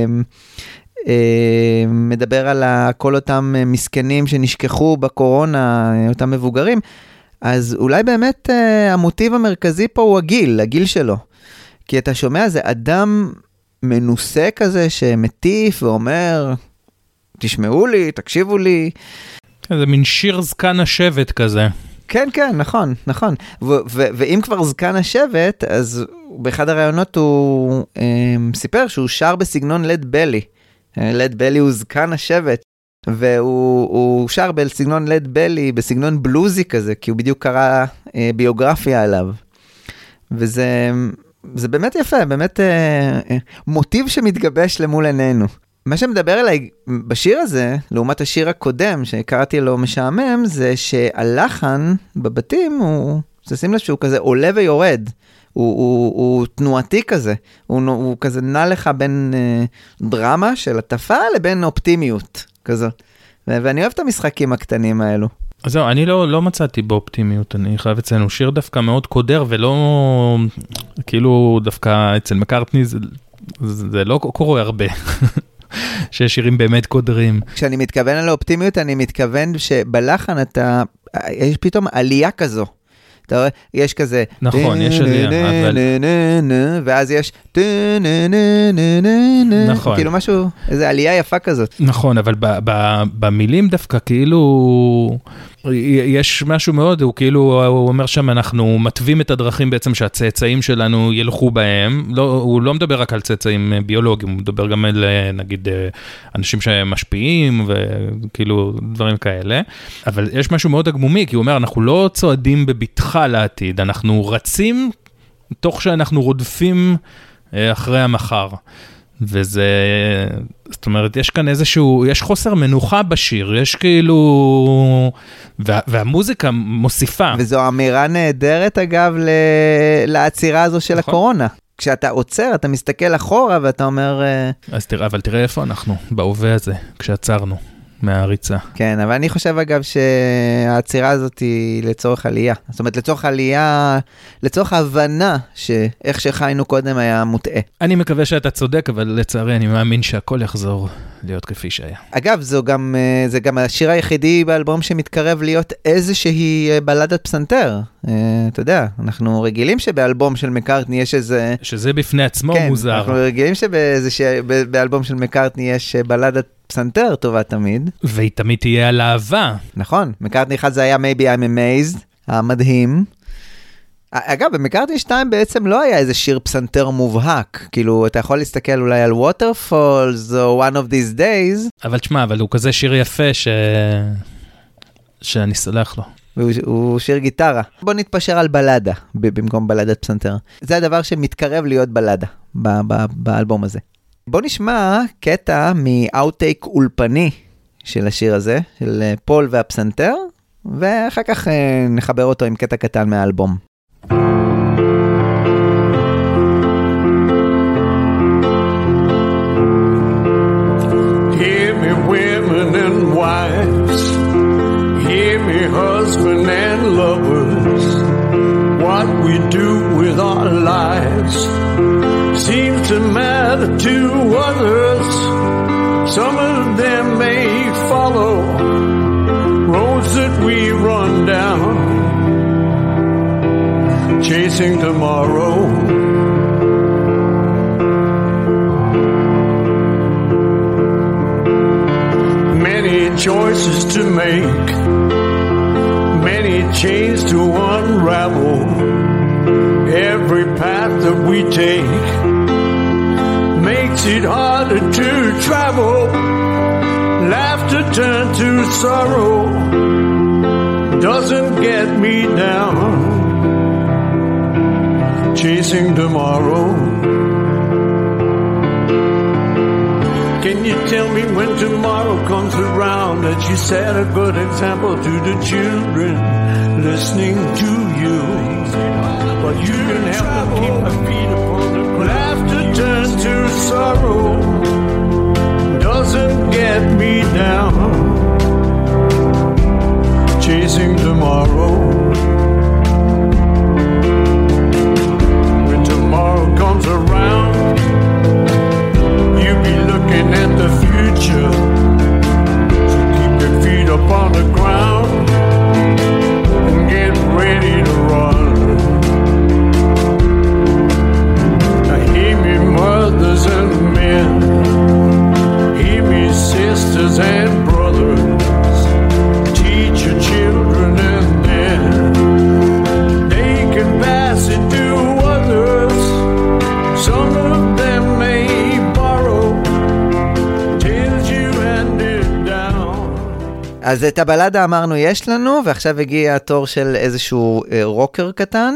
אה, מדבר על כל אותם מסכנים שנשכחו בקורונה, אותם מבוגרים, אז אולי באמת אה, המוטיב המרכזי פה הוא הגיל, הגיל שלו. כי אתה שומע, זה אדם מנוסה כזה שמטיף ואומר, תשמעו לי, תקשיבו לי, זה מין שיר זקן השבט כזה. כן, כן, נכון, נכון. ו- ו- ואם כבר זקן השבט, אז באחד הרעיונות הוא אה, סיפר שהוא שר בסגנון לד בלי. לד בלי הוא זקן השבט. והוא שר בסגנון לד בלי, בסגנון בלוזי כזה, כי הוא בדיוק קרא אה, ביוגרפיה עליו. וזה זה באמת יפה, באמת אה, אה, מוטיב שמתגבש למול עינינו. מה שמדבר אליי בשיר הזה, לעומת השיר הקודם שקראתי לו משעמם, זה שהלחן בבתים הוא, שים לב שהוא כזה עולה ויורד. הוא, הוא, הוא תנועתי כזה, הוא, הוא כזה נע לך בין אה, דרמה של הטפה לבין אופטימיות כזו. ו- ואני אוהב את המשחקים הקטנים האלו. אז זהו, אני לא, לא מצאתי באופטימיות, אני חייב אצלנו שיר דווקא מאוד קודר, ולא, כאילו דווקא אצל מקארטני זה, זה לא קורה הרבה, שיש שירים באמת קודרים. כשאני מתכוון לאופטימיות, אני מתכוון שבלחן אתה, יש פתאום עלייה כזו. אתה רואה, יש כזה, נכון, יש עלייה, אבל... ואז יש, נכון. כאילו משהו, איזו עלייה יפה כזאת. נכון, אבל במילים דווקא כאילו, יש משהו מאוד, הוא כאילו, הוא אומר שם, אנחנו מטבים את הדרכים בעצם שהצאצאים שלנו ילכו בהם, הוא לא מדבר רק על צאצאים ביולוגיים, הוא מדבר גם על, נגיד, אנשים שמשפיעים, וכאילו דברים כאלה, אבל יש משהו מאוד הגמומי, כי הוא אומר, אנחנו לא צועדים בביטחה לעתיד, אנחנו רצים, תוך שאנחנו רודפים אחרי המחר. וזה, זאת אומרת, יש כאן איזשהו, יש חוסר מנוחה בשיר, יש כאילו, וה, והמוזיקה מוסיפה. וזו אמירה נהדרת, אגב, ל, לעצירה הזו של נכון. הקורונה. כשאתה עוצר, אתה מסתכל אחורה, ואתה אומר... אז תראה, אבל תראה איפה אנחנו, בהווה הזה, כשעצרנו. מהריצה. כן, אבל אני חושב אגב שהעצירה הזאת היא לצורך עלייה. זאת אומרת, לצורך עלייה, לצורך ההבנה שאיך שחיינו קודם היה מוטעה. אני מקווה שאתה צודק, אבל לצערי אני מאמין שהכל יחזור להיות כפי שהיה. אגב, זו גם, זה גם השיר היחידי באלבום שמתקרב להיות איזושהי בלדת פסנתר. אתה יודע, אנחנו רגילים שבאלבום של מקארטני יש איזה... שזה בפני עצמו כן, מוזר. אנחנו רגילים שבאלבום של מקארטני יש בלדת פסנתר טובה תמיד. והיא תמיד תהיה על אהבה. נכון, מקארטני אחד זה היה Maybe I'm Amazed, המדהים. אגב, במקארטני שתיים בעצם לא היה איזה שיר פסנתר מובהק. כאילו, אתה יכול להסתכל אולי על Waterfalls או One of These Days. אבל תשמע, אבל הוא כזה שיר יפה ש... שאני סולח לו. הוא, הוא שיר גיטרה. בוא נתפשר על בלדה, במקום בלדת פסנתר. זה הדבר שמתקרב להיות בלדה ב- ב- באלבום הזה. בוא נשמע קטע מאוטטייק אולפני של השיר הזה, של פול והפסנתר, ואחר כך נחבר אותו עם קטע קטן מהאלבום. Hear me women and wives, hear me husband and lovers, what we do with our lives seems to matter to others. Some of them may follow roads that we run down, chasing tomorrow. Many choices to make, many chains to unravel. Every path that we take makes it harder to travel. Laughter turned to sorrow doesn't get me down. Chasing tomorrow. Can you tell me when tomorrow comes around that you set a good example to the children listening to you? But you can help them keep their feet upon the ground. Laughter turns to sorrow doesn't get me down. Chasing tomorrow. When tomorrow comes around, you'll be looking at the future. So keep your feet up on the ground and get ready to run. Mothers and men, hear me sisters and brothers, teach your children and then אז את הבלדה אמרנו יש לנו, ועכשיו הגיע התור של איזשהו אה, רוקר קטן,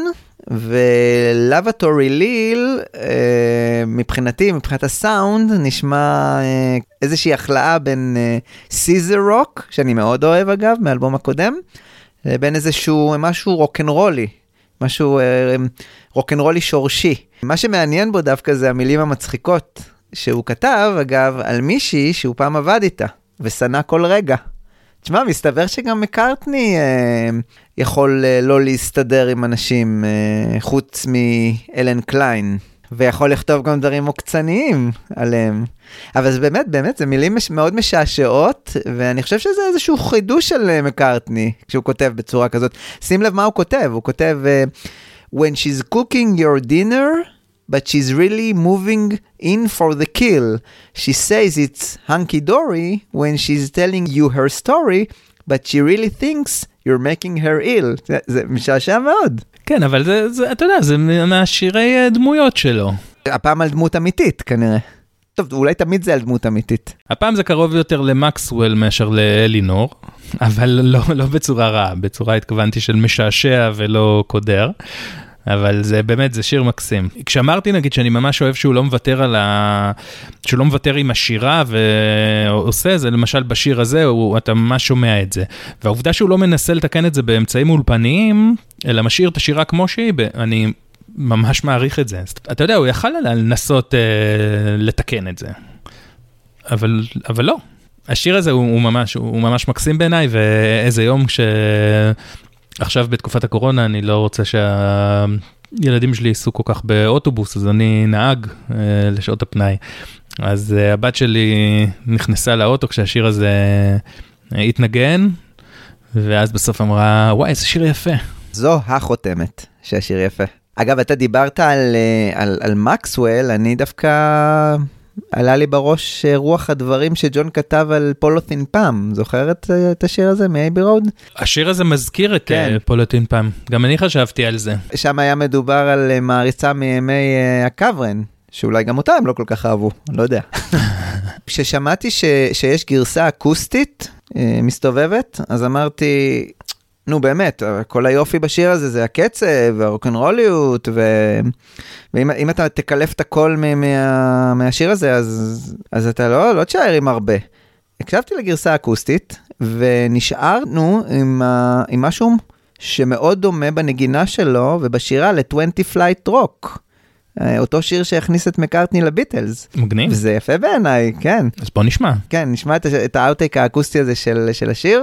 ולאבטורי ליל, אה, מבחינתי, מבחינת הסאונד, נשמע אה, איזושהי החלאה בין אה, סיזר רוק, שאני מאוד אוהב אגב, מאלבום הקודם, בין איזשהו משהו רוקנרולי, משהו אה, רוקנרולי שורשי. מה שמעניין בו דווקא זה המילים המצחיקות שהוא כתב, אגב, על מישהי שהוא פעם עבד איתה, ושנא כל רגע. תשמע, מסתבר שגם מקארטני אה, יכול אה, לא להסתדר עם אנשים אה, חוץ מאלן קליין, ויכול לכתוב גם דברים מוקצניים עליהם. אבל זה באמת, באמת, זה מילים מש, מאוד משעשעות, ואני חושב שזה איזשהו חידוש של אה, מקארטני, כשהוא כותב בצורה כזאת. שים לב מה הוא כותב, הוא כותב, אה, When she's cooking your dinner, but she's really moving in for the kill. She says it's hunky-dory when she's telling you her story, but she really thinks you're making her ill. זה, זה משעשע מאוד. כן, אבל זה, זה, אתה יודע, זה מהשירי דמויות שלו. הפעם על דמות אמיתית, כנראה. טוב, אולי תמיד זה על דמות אמיתית. הפעם זה קרוב יותר למקסוול מאשר לאלינור, אבל לא, לא בצורה רעה, בצורה התכוונתי של משעשע ולא קודר. אבל זה באמת, זה שיר מקסים. כשאמרתי נגיד שאני ממש אוהב שהוא לא מוותר על ה... שהוא לא מוותר עם השירה ועושה זה, למשל בשיר הזה, הוא, אתה ממש שומע את זה. והעובדה שהוא לא מנסה לתקן את זה באמצעים אולפניים, אלא משאיר את השירה כמו שהיא, אני ממש מעריך את זה. אתה יודע, הוא יכל לנסות אה, לתקן את זה. אבל, אבל לא. השיר הזה הוא, הוא, ממש, הוא ממש מקסים בעיניי, ואיזה יום ש... עכשיו בתקופת הקורונה אני לא רוצה שהילדים שלי ייסעו כל כך באוטובוס, אז אני נהג אה, לשעות הפנאי. אז אה, הבת שלי נכנסה לאוטו כשהשיר הזה אה, התנגן, ואז בסוף אמרה, וואי, איזה שיר יפה. זו החותמת שהשיר יפה. אגב, אתה דיברת על, על, על מקסוול, אני דווקא... עלה לי בראש רוח הדברים שג'ון כתב על פולותין פאם. זוכרת את השיר הזה מאייבי רוד? השיר הזה מזכיר את כן. פולותין פאם. גם אני חשבתי על זה. שם היה מדובר על מעריצה מימי הקברן, שאולי גם אותה הם לא כל כך אהבו, לא יודע. כששמעתי ש, שיש גרסה אקוסטית מסתובבת, אז אמרתי... נו באמת, כל היופי בשיר הזה זה הקצב והרוקנרוליות, ו... ואם אם אתה תקלף את הכל מה... מהשיר הזה, אז, אז אתה לא, לא תשאר עם הרבה. הקשבתי לגרסה אקוסטית, ונשארנו עם, ה... עם משהו שמאוד דומה בנגינה שלו, ובשירה ל-עשרים Flight Rock. אותו שיר שהכניס את מקארטני לביטלס. מגניב. וזה יפה בעיניי, כן. אז בוא נשמע. כן, נשמע את, את האוטטייק האקוסטי הזה של, של השיר,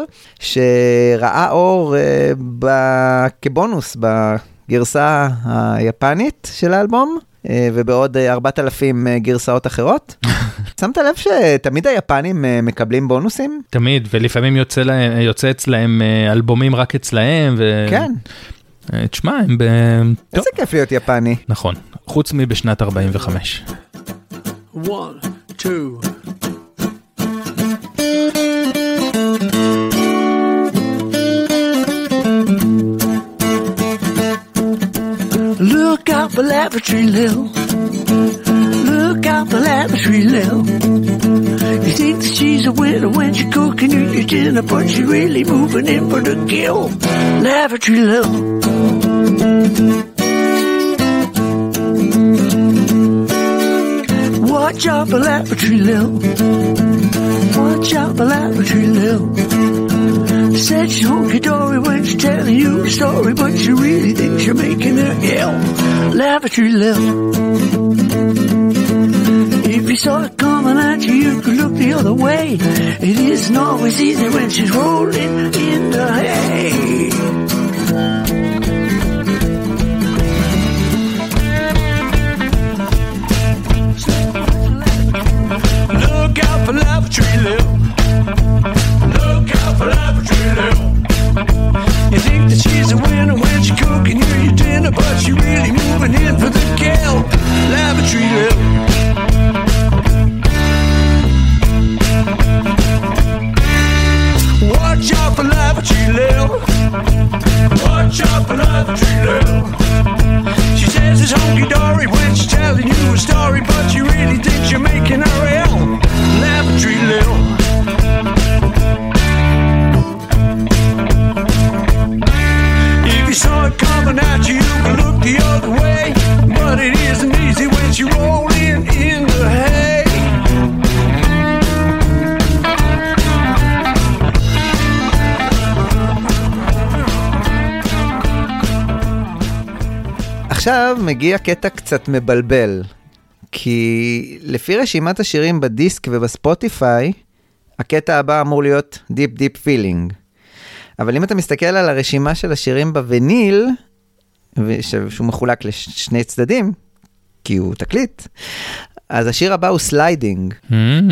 שראה אור uh, ב, כבונוס בגרסה היפנית של האלבום, uh, ובעוד uh, ארבעת אלפים uh, גרסאות אחרות. שמת לב שתמיד היפנים uh, מקבלים בונוסים? תמיד, ולפעמים יוצא, לה, יוצא אצלהם uh, אלבומים רק אצלהם. ו... כן. תשמע, הם ב... איזה כיף להיות יפני. נכון, חוץ מבשנת ארבעים וחמש. One, two. Look out for lavatory Lil. Look out for lavatory Lil. You think that she's a winner when she's cooking you your dinner, but she's really moving in for the kill. Lavatory Lil. Watch out for lavatory Lil. Watch out for lavatory Lil. Said she's hunky-dory when she's telling you a story, but she really thinks you're making her ill. Lavatory Lil. If you saw it coming at you, you could look the other way. It isn't always easy when she's rolling in the hay. Look out for lavatory Lil. Look out for lavatory Lil. You think that she's a winner when she's cooking you your dinner, but she really moving in for the kill. Lavatory Lil. Watch out for lavatory Lil. Watch out for lavatory Lil. She says it's hunky-dory when she's telling you a story, but she really thinks you're making her ill. Lavatory Lil. עכשיו מגיע קטע קצת מבלבל, כי לפי רשימת השירים בדיסק ובספוטיפיי, הקטע הבא אמור להיות Deep Deep Feeling. אבל אם אתה מסתכל על הרשימה של השירים בווניל, שהוא מחולק לשני צדדים, כי הוא תקליט, אז השיר הבא הוא Sliding.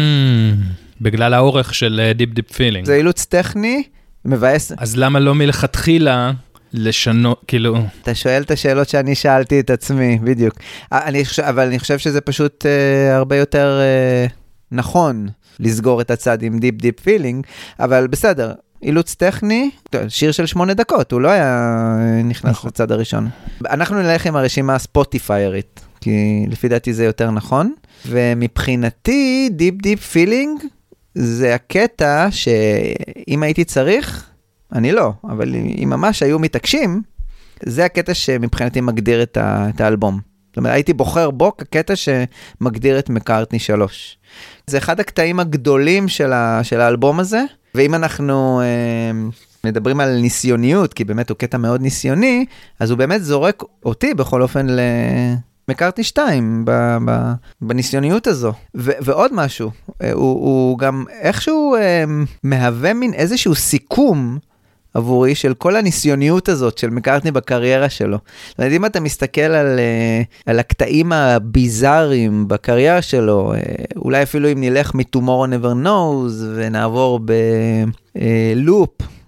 בגלל האורך של Deep Deep Feeling. זה אילוץ טכני, מבאס. אז למה לא מלכתחילה לשנות, כאילו... אתה שואל את השאלות שאני שאלתי את עצמי, בדיוק. אני חושב, אבל אני חושב שזה פשוט אה, הרבה יותר אה, נכון לסגור את הצד עם Deep Deep Feeling, אבל בסדר, אילוץ טכני, שיר של שמונה דקות, הוא לא היה נכנס נכון. לצד הראשון. אנחנו נלך עם הרשימה הספוטיפיירית, כי לפי דעתי זה יותר נכון, ומבחינתי Deep Deep Feeling זה הקטע שאם הייתי צריך, אני לא, אבל אם ממש היו מתעקשים, זה הקטע שמבחינתי מגדיר את, ה, את האלבום. זאת אומרת, הייתי בוחר בו כקטע שמגדיר את מקארטני שלוש. זה אחד הקטעים הגדולים של, ה, של האלבום הזה, ואם אנחנו אה, מדברים על ניסיוניות, כי באמת הוא קטע מאוד ניסיוני, אז הוא באמת זורק אותי בכל אופן למקארטני שתיים, ב, ב, בניסיוניות הזו. ו, ועוד משהו, הוא, הוא גם איכשהו אה, מהווה מין איזשהו סיכום, עבורי של כל הניסיוניות הזאת של מקארטני בקריירה שלו. זאת אומרת, אם אתה מסתכל על, על הקטעים הביזאריים בקריירה שלו, אולי אפילו אם נלך מ-Tomorrow Never Knows ונעבור בלופ,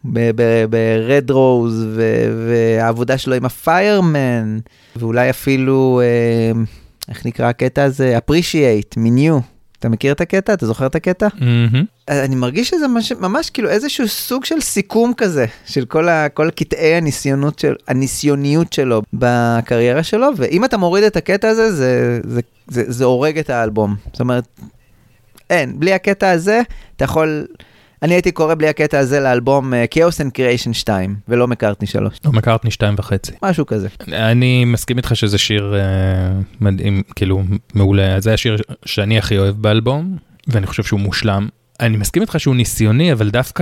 ב-Red Rose, והעבודה שלו עם ה-Fireman, ואולי אפילו, איך נקרא הקטע הזה? Appreciate, מ-New. אתה מכיר את הקטע? אתה זוכר את הקטע? Mm-hmm. אני מרגיש שזה ממש, ממש כאילו איזשהו סוג של סיכום כזה, של כל, ה, כל הקטעי הניסיונות של, הניסיוניות שלו בקריירה שלו, ואם אתה מוריד את הקטע הזה, זה, זה, זה, זה הורג את האלבום. זאת אומרת, אין, בלי הקטע הזה, אתה יכול... אני הייתי קורא בלי הקטע הזה לאלבום uh, Chaos and Creation שתיים, ולא מקארטני שלוש. לא מקארטני שתיים וחצי. משהו כזה. אני מסכים איתך שזה שיר uh, מדהים, כאילו, מעולה. זה השיר שאני הכי אוהב באלבום, ואני חושב שהוא מושלם. אני מסכים איתך שהוא ניסיוני, אבל דווקא,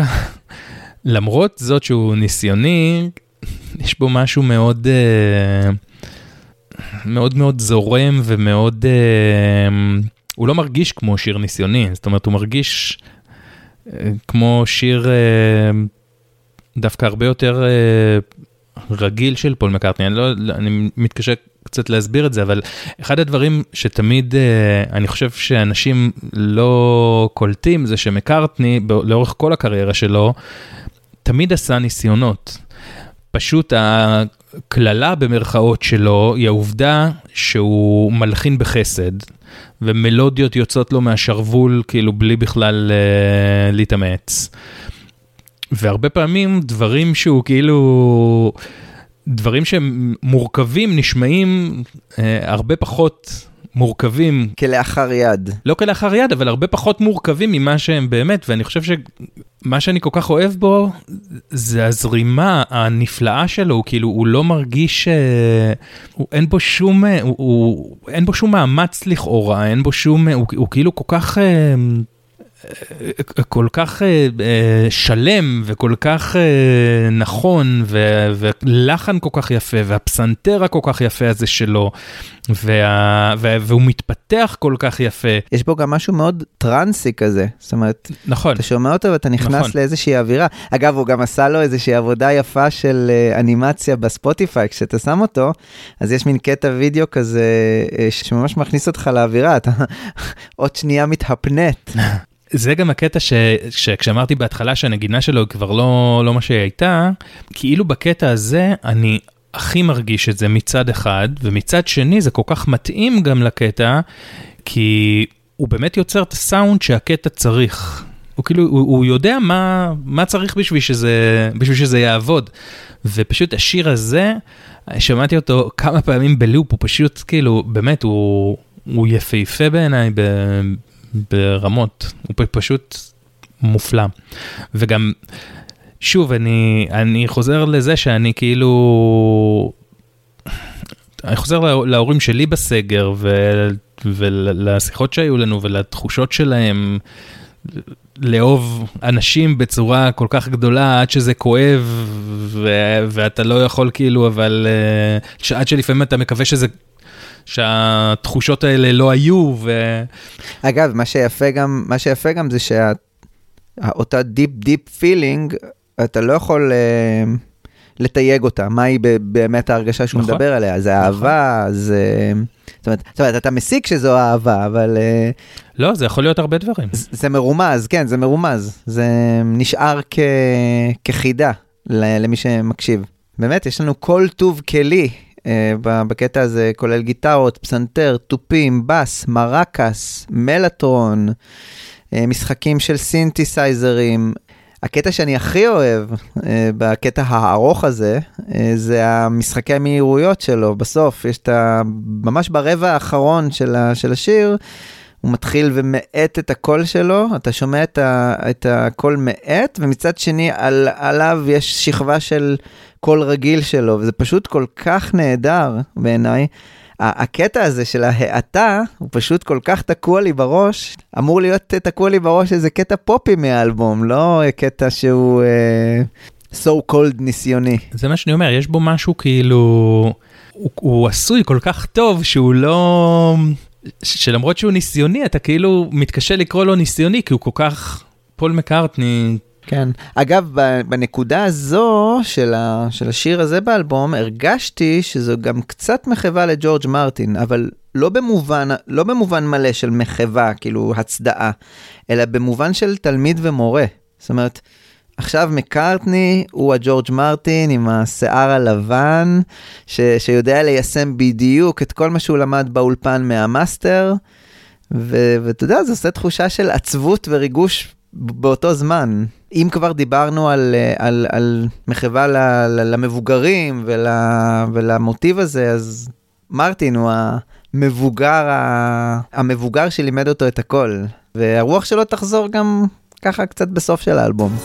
למרות זאת שהוא ניסיוני, יש בו משהו מאוד, uh, מאוד מאוד זורם, ומאוד, uh, הוא לא מרגיש כמו שיר ניסיוני, זאת אומרת, הוא מרגיש... כמו שיר דווקא הרבה יותר רגיל של פול מקארטני. אני, לא, אני מתקשה קצת להסביר את זה, אבל אחד הדברים שתמיד אני חושב שאנשים לא קולטים, זה שמקארטני לאורך כל הקריירה שלו, תמיד עשה ניסיונות. פשוט הכללה במרכאות שלו היא העובדה שהוא מלחין בחסד, ומלודיות יוצאות לו מהשרוול, כאילו בלי בכלל אה, להתאמץ. והרבה פעמים דברים שהוא כאילו, דברים שהם מורכבים, נשמעים אה, הרבה פחות מורכבים. כלאחר יד. לא כלאחר יד, אבל הרבה פחות מורכבים ממה שהם באמת, ואני חושב שמה שאני כל כך אוהב בו, זה הזרימה הנפלאה שלו, הוא כאילו, הוא לא מרגיש, הוא, אין בו שום, הוא, הוא, אין בו שום מאמץ לכאורה, אין בו שום, הוא, הוא כאילו כל כך, כל כך שלם, וכל כך נכון, ולחן כל כך יפה, והפסנתר הכל כך יפה הזה שלו, וה, והוא מתפתח כל כך יפה. יש בו גם משהו מאוד טרנסי כזה, זאת אומרת, נכון. אתה שומע אותו ואתה נכנס נכון. לאיזושהי אווירה. אגב, הוא גם עשה לו איזושהי עבודה יפה של אנימציה בספוטיפיי, כשאתה שם אותו, אז יש מין קטע וידאו כזה, שממש מכניס אותך לאווירה, אתה עוד שנייה מתהפנט. זה גם הקטע ש, שכשאמרתי בהתחלה שהנגינה שלו כבר לא, לא מה שהיא הייתה, כאילו בקטע הזה אני הכי מרגיש את זה מצד אחד, ומצד שני זה כל כך מתאים גם לקטע, כי הוא באמת יוצר את הסאונד שהקטע צריך. הוא כאילו, הוא, הוא יודע מה, מה צריך בשביל שזה, בשביל שזה יעבוד. ופשוט השיר הזה, שמעתי אותו כמה פעמים בלופ, הוא פשוט כאילו, באמת, הוא, הוא יפהפה בעיניי ב... ברמות, הוא פשוט מופלא. וגם, שוב, אני, אני חוזר לזה שאני כאילו, אני חוזר לה, להורים שלי בסגר, ו, ולשיחות שהיו לנו, ולתחושות שלהם, לאהוב אנשים בצורה כל כך גדולה, עד שזה כואב, ו- ואתה לא יכול כאילו, אבל uh, עד שלפעמים אתה מקווה שזה, שהתחושות האלה לא היו. ו... אגב, מה שיפה גם, מה שיפה גם זה שאותה דיפ דיפ פילינג, אתה לא יכול uh, לתייג אותה, מהי באמת ההרגשה שהוא נכון. מדבר עליה, זה נכון. אהבה, זה... זאת אומרת, זאת אומרת, אתה מסיק שזו אהבה, אבל... לא, זה יכול להיות הרבה דברים. זה, זה מרומז, כן, זה מרומז. זה נשאר כ, כחידה למי שמקשיב. באמת, יש לנו כל טוב כלי בקטע הזה, כולל גיטרות, פסנתר, טופים, בס, מרקס, מלטרון, משחקים של סינתסייזרים. הקטע שאני הכי אוהב בקטע הארוך הזה, זה המשחקי המהירויות שלו. בסוף, יש את ה... ממש ברבע האחרון של, ה... של השיר, הוא מתחיל ומעט את הקול שלו, אתה שומע את, ה... את הקול מעט, ומצד שני על... עליו יש שכבה של קול רגיל שלו, וזה פשוט כל כך נהדר בעיניי. הקטע הזה של ההאטה, הוא פשוט כל כך תקוע לי בראש, אמור להיות תקוע לי בראש איזה קטע פופי מהאלבום, לא קטע שהוא uh, so called ניסיוני. זה מה שאני אומר, יש בו משהו כאילו, הוא, הוא עשוי כל כך טוב שהוא לא, שלמרות שהוא ניסיוני, אתה כאילו מתקשה לקרוא לו ניסיוני, כי הוא כל כך פול מקארטני. כן. אגב, בנקודה הזו של, ה, של השיר הזה באלבום, הרגשתי שזו גם קצת מחווה לג'ורג' מרטין, אבל לא במובן, לא במובן מלא של מחווה, כאילו הצדעה, אלא במובן של תלמיד ומורה. זאת אומרת, עכשיו מקארטני הוא הג'ורג' מרטין עם השיער הלבן, ש, שיודע ליישם בדיוק את כל מה שהוא למד באולפן מהמאסטר, ו, ואתה יודע, זה עושה תחושה של עצבות וריגוש באותו זמן. אם כבר דיברנו על, על, על מחווה ל, ל, למבוגרים ול, ולמוטיב הזה, אז מרטין הוא המבוגר, המבוגר שלימד אותו את הכל. והרוח שלו תחזור גם ככה קצת בסוף של האלבום.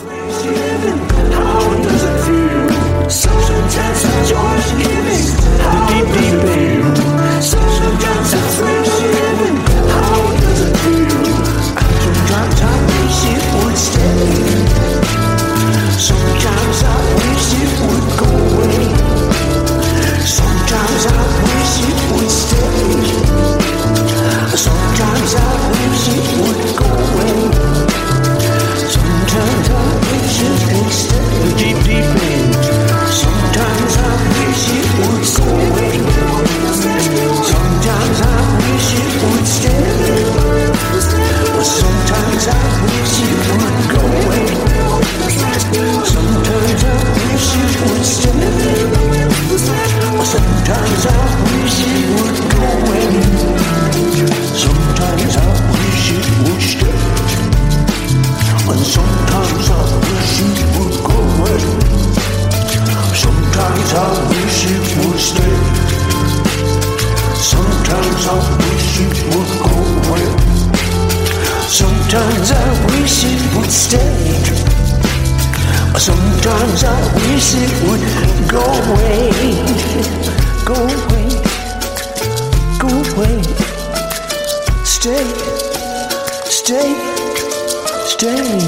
Sometimes I wish it would go away. Sometimes I wish it would stay. Sometimes I wish it would go away. Sometimes I wish it would stay. Deep, deep in. Sometimes I wish it would go away. Sometimes I wish it would stay. Sometimes I wish it would go away. Sometimes I wish it would stay. Sometimes I wish it would go away. Sometimes I wish it would stay. And sometimes I wish it would go away. Sometimes I wish it would stay. Sometimes I wish it would go away. Sometimes I wish it would stay. Sometimes I wish it would go away, go away, go away, stay, stay, stay.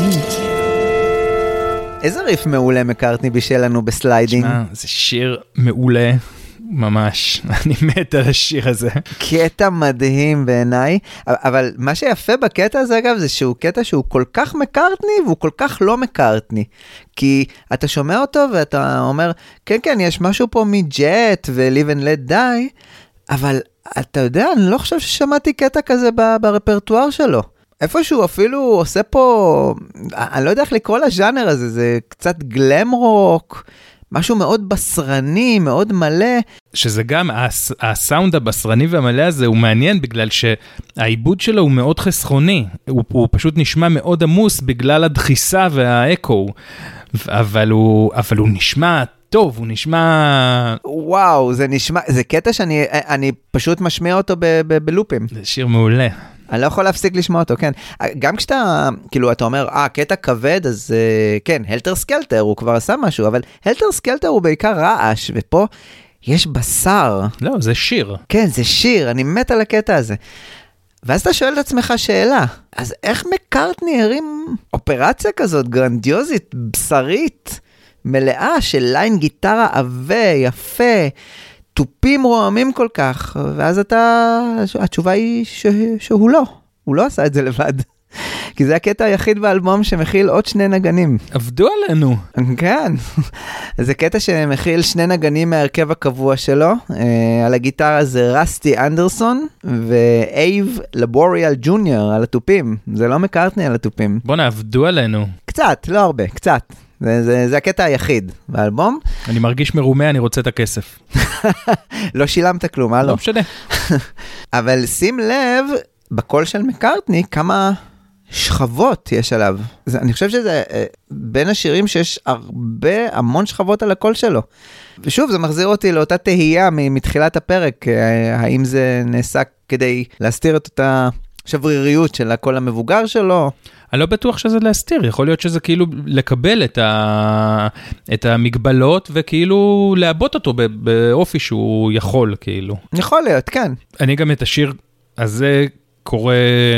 איזה ריף מעולה מקארטני בישל לנו בסליידינג? שמה, זה שיר מעולה. ממש, אני מת על השיר הזה. קטע מדהים בעיניי, אבל מה שיפה בקטע הזה אגב, זה שהוא קטע שהוא כל כך מקארטני, והוא כל כך לא מקארטני. כי אתה שומע אותו ואתה אומר, כן כן, יש משהו פה מג'ט ו-Live and Let Die, אבל אתה יודע, אני לא חושב ששמעתי קטע כזה ברפרטואר שלו. איפשהו אפילו עושה פה, אני לא יודע איך לקרוא לז'אנר הזה, זה קצת גלם רוק, משהו מאוד בשרני, מאוד מלא. שזה גם, הסאונד הבשרני והמלא הזה הוא מעניין, בגלל שהעיבוד שלו הוא מאוד חסכוני, הוא, הוא פשוט נשמע מאוד עמוס, בגלל הדחיסה והאקו, אבל הוא, אבל הוא נשמע טוב, הוא נשמע... וואו, זה נשמע, זה קטע שאני אני פשוט משמיע אותו ב, ב, בלופים. זה שיר מעולה. אני לא יכול להפסיק לשמוע אותו, כן. גם כשאתה, כאילו, אתה אומר, אה, קטע כבד, אז כן, הלטר סקלטר, הוא כבר עשה משהו, אבל הלטר סקלטר הוא בעיקר רעש, ופה יש בשר. לא, זה שיר. כן, זה שיר, אני מת על הקטע הזה. ואז אתה שואל את עצמך שאלה, אז איך מקארטני הרים אופרציה כזאת גרנדיוזית, בשרית, מלאה של ליין גיטרה עבה, יפה, טופים רועמים כל כך, ואז אתה, התשובה היא ש... שהוא לא, הוא לא עשה את זה לבד. כי זה הקטע היחיד באלבום שמכיל עוד שני נגנים. עבדו עלינו. כן. זה קטע שמכיל שני נגנים מהרכב הקבוע שלו. על הגיטרה זה רסטי אנדרסון ואייב לבוריאל ג'וניור על הטופים. זה לא מקארטני על הטופים. בוא נעבדו עלינו. קצת, לא הרבה, קצת. זה, זה, זה הקטע היחיד באלבום. אני מרגיש מרומה, אני רוצה את הכסף. לא שילמת כלום, מה לא? לא משנה. אבל שים לב, בקול של מקארטני, כמה שכבות יש עליו. זה, אני חושב שזה בין השירים שיש הרבה, המון שכבות על הקול שלו. ושוב, זה מחזיר אותי לאותה תהייה מתחילת הפרק, האם זה נעשה כדי להסתיר את אותה שבריריות של הקול המבוגר שלו. אני לא בטוח שזה להסתיר, יכול להיות שזה כאילו לקבל את, ה... את המגבלות וכאילו לעבוד אותו באופי שהוא יכול כאילו. יכול להיות, כן. אני גם את השיר הזה קורא,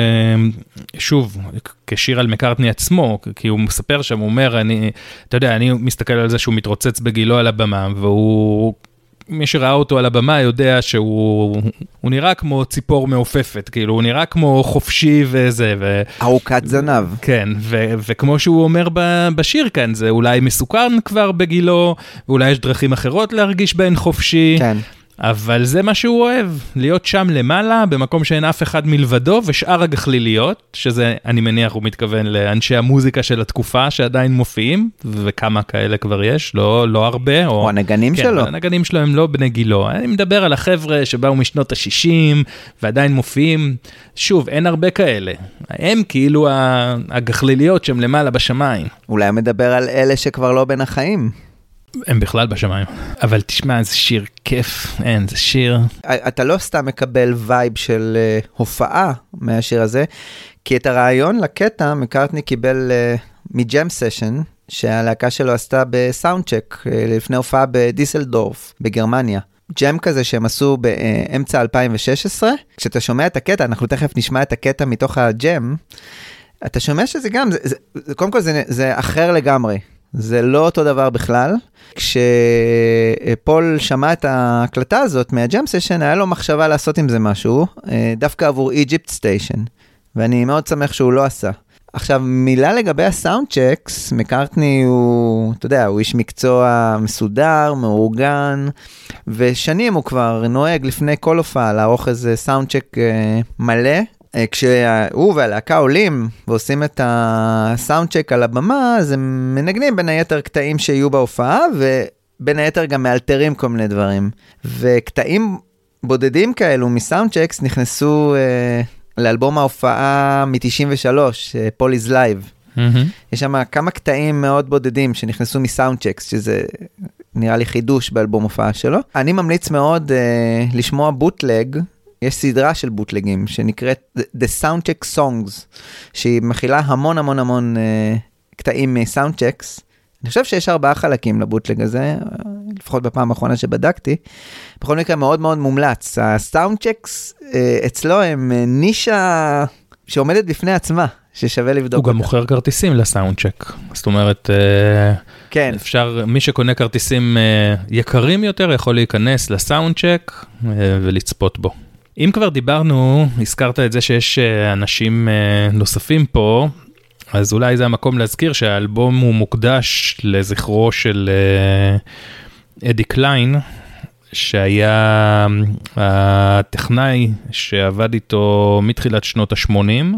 שוב, כשיר על מקארטני עצמו, כי הוא מספר שם, הוא אומר, אני, אתה יודע, אני מסתכל על זה שהוא מתרוצץ בגילו על הבמה, והוא, מי שראה אותו על הבמה יודע שהוא הוא נראה כמו ציפור מעופפת, כאילו, הוא נראה כמו חופשי וזה. ו... ארוכת זנב. כן, ו- וכמו שהוא אומר ב- בשיר כאן, זה אולי מסוכן כבר בגילו, ואולי יש דרכים אחרות להרגיש בהן חופשי. כן. אבל זה מה שהוא אוהב, להיות שם למעלה, במקום שאין אף אחד מלבדו, ושאר הגחליליות, שזה, אני מניח, הוא מתכוון לאנשי המוזיקה של התקופה, שעדיין מופיעים, וכמה כאלה כבר יש, לא, לא הרבה. או, או הנגנים כן, שלו. הנגנים שלו הם לא בני גילו. אני מדבר על החבר'ה שבאו משנות ה-שישים, ועדיין מופיעים. שוב, אין הרבה כאלה. הם כאילו הגחליליות שהם למעלה בשמיים. אולי מדבר על אלה שכבר לא בין החיים. הם בכלל בשמיים. אבל תשמע, זה שיר כיף, אין, זה שיר. אתה לא סתם מקבל וייב של uh, הופעה מהשיר הזה, כי את הרעיון לקטע מקארטני קיבל uh, מג'ם סשן, שהלהקה שלו עשתה בסאונד צ'ק, uh, לפני הופעה בדיסלדורף, בגרמניה. ג'ם כזה שהם עשו באמצע אלפיים ושש עשרה, כשאתה שומע את הקטע, אנחנו תכף נשמע את הקטע מתוך הג'ם, אתה שומע שזה גם, זה, זה, זה, קודם כל זה, זה אחר לגמרי. זה לא אותו דבר בכלל. כשפול שמע את ההקלטה הזאת מהג'ם סשן, היה לו מחשבה לעשות עם זה משהו, דווקא עבור Egypt Station, ואני מאוד שמח שהוא לא עשה. עכשיו, מילה לגבי הסאונד צ'קס, מקארטני הוא, אתה יודע, הוא איש מקצוע מסודר, מאורגן, ושנים הוא כבר נוהג לפני כל הופעה לערוך איזה סאונד צ'ק מלא, כשהוא והלהקה עולים ועושים את הסאונד צ'ק על הבמה, אז הם מנגנים בין היתר קטעים שיהיו בהופעה, ובין היתר גם מאלתרים כל מיני דברים. וקטעים בודדים כאלו מסאונד צ'קס נכנסו אה, לאלבום ההופעה מ-תשעים ושלוש, פול איז לייב. יש שם כמה קטעים מאוד בודדים שנכנסו מסאונד צ'קס, שזה נראה לי חידוש באלבום הופעה שלו. אני ממליץ מאוד אה, לשמוע בוטלג, יש סדרה של בוטלגים שנקראת The Soundcheck Songs, שהיא מכילה המון המון המון uh, קטעים מסאונדצ'קס. אני חושב שיש ארבעה חלקים לבוטלג הזה, לפחות בפעם האחרונה שבדקתי. בכל מקרה מאוד מאוד מומלץ. הסאונדצ'קס uh, אצלו הם uh, נישה שעומדת בפני עצמה, ששווה לבדוק. הוא אותה. גם מוכר כרטיסים לסאונדצ'ק. זאת אומרת, כן. אפשר, מי שקונה כרטיסים uh, יקרים יותר, יכול להיכנס לסאונדצ'ק uh, ולצפות בו. אם כבר דיברנו, הזכרת את זה שיש אנשים נוספים פה, אז אולי זה המקום להזכיר שהאלבום הוא מוקדש לזכרו של אדי קליין, שהיה הטכנאי שעבד איתו מתחילת שנות ה-שמונים,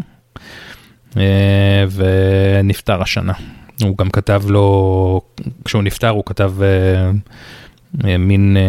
ונפטר השנה. הוא גם כתב לו, כשהוא נפטר הוא כתב מין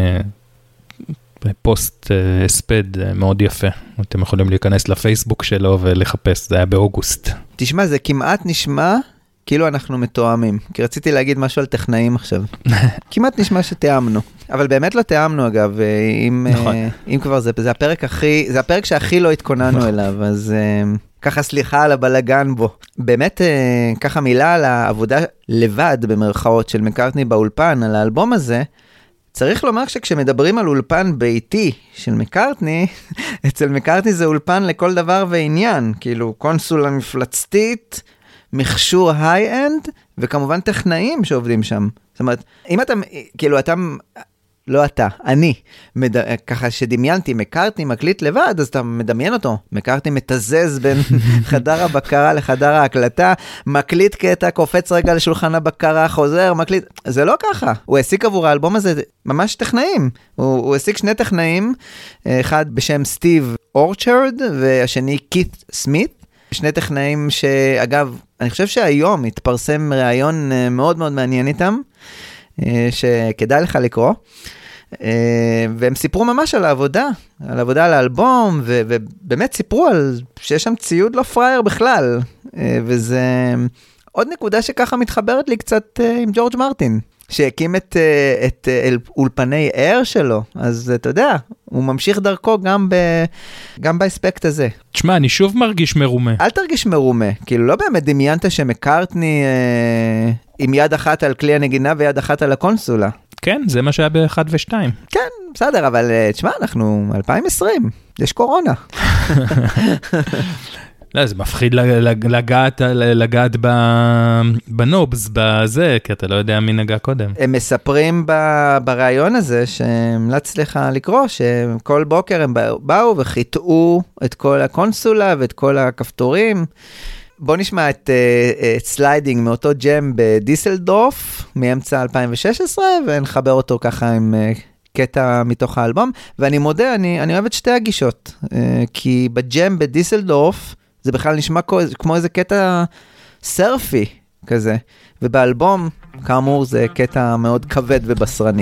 פוסט הספד מאוד יפה. אתם יכולים להיכנס לפייסבוק שלו ולחפש, זה היה באוגוסט. תשמע, זה כמעט נשמע כאילו אנחנו מתואמים, כי רציתי להגיד משהו על טכנאים עכשיו. כמעט נשמע שתיאמנו, אבל באמת לא תיאמנו אגב, אם, נכון. אם כבר זה, זה הפרק הכי, זה הפרק שהכי לא התכוננו אליו, אז ככה סליחה על הבלגן בו. באמת ככה מילה על העבודה לבד במרכאות של מקארטני באולפן, על האלבום הזה, צריך לומר שכשמדברים על אולפן ביתי של מקארטני, אצל מקארטני זה אולפן לכל דבר ועניין, כאילו קונסולה מפלצתית, מכשור היי-אנד, וכמובן טכנאים שעובדים שם. זאת אומרת, אם אתה, כאילו אתה, לא אתה, אני, מד... ככה שדמיינתי מקארטני מקליט לבד, אז אתה מדמיין אותו. מקארטני מתזז בין חדר הבקרה לחדר ההקלטה, מקליט קטע, קופץ רגע לשולחן הבקרה, חוזר, מקליט. זה לא ככה. הוא העסיק עבור האלבום הזה ממש טכנאים. הוא, הוא העסיק שני טכנאים, אחד בשם סטיב אורצ'רד, והשני קית' סמית. שני טכנאים שאגב, אני חושב שהיום התפרסם ראיון מאוד מאוד מעניין איתם, שכדאי לך לקרוא, והם סיפרו ממש על העבודה, על העבודה על האלבום, ובאמת סיפרו על שיש שם ציוד לא פרייר בכלל, וזה עוד נקודה שככה מתחברת לי קצת עם ג'ורג' מרטין, שהקים את, את אולפני אייר שלו, אז אתה יודע, הוא ממשיך דרכו גם, ב, גם באספקט הזה. תשמע, אני שוב מרגיש מרומה. אל תרגיש מרומה, כאילו לא באמת דמיינת שמקארטני אה, עם יד אחת על כלי הנגינה ויד אחת על הקונסולה. כן, זה מה שהיה באחד ושתיים. כן, בסדר, אבל תשמע, אנחנו אלפיים ועשרים, יש קורונה. לא, זה מפחיד לגעת, לגעת בנובס, בזה, כי אתה לא יודע מי נגע קודם. הם מספרים ברעיון הזה, שהמלץ לך לקרוא, שכל בוקר הם באו וחיטאו את כל הקונסולה ואת כל הכפתורים. בוא נשמע את סליידינג מאותו ג'ם בדיסלדורף, מאמצע אלפיים ושש עשרה, ונחבר אותו ככה עם קטע מתוך האלבום. ואני מודה, אני, אני אוהב את שתי הגישות, כי בג'ם בדיסלדורף, זה בכלל נשמע כמו איזה קטע סרפי כזה, ובאלבום, כאמור, זה קטע מאוד כבד ובשרני.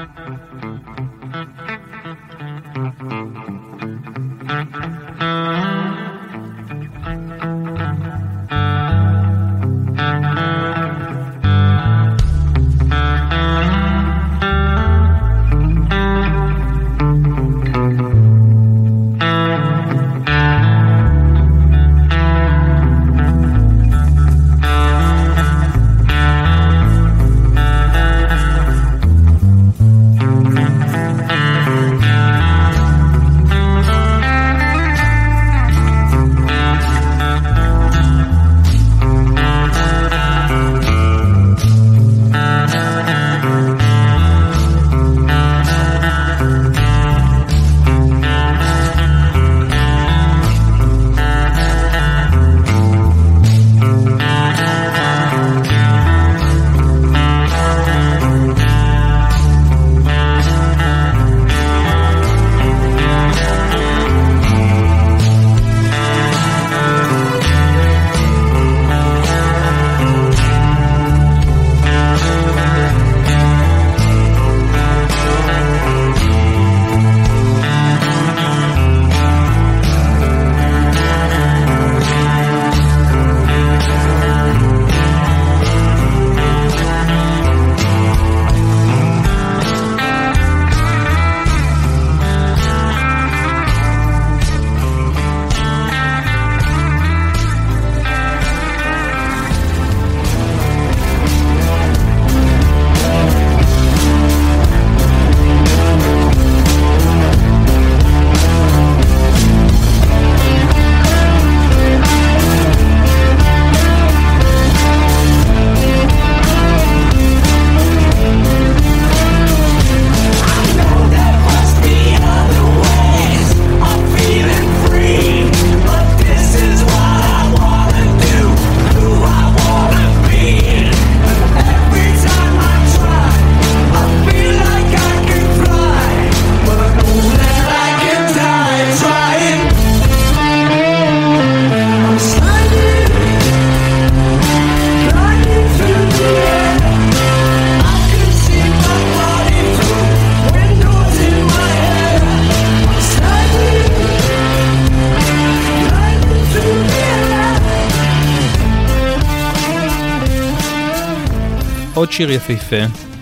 עוד שיר יפהפה.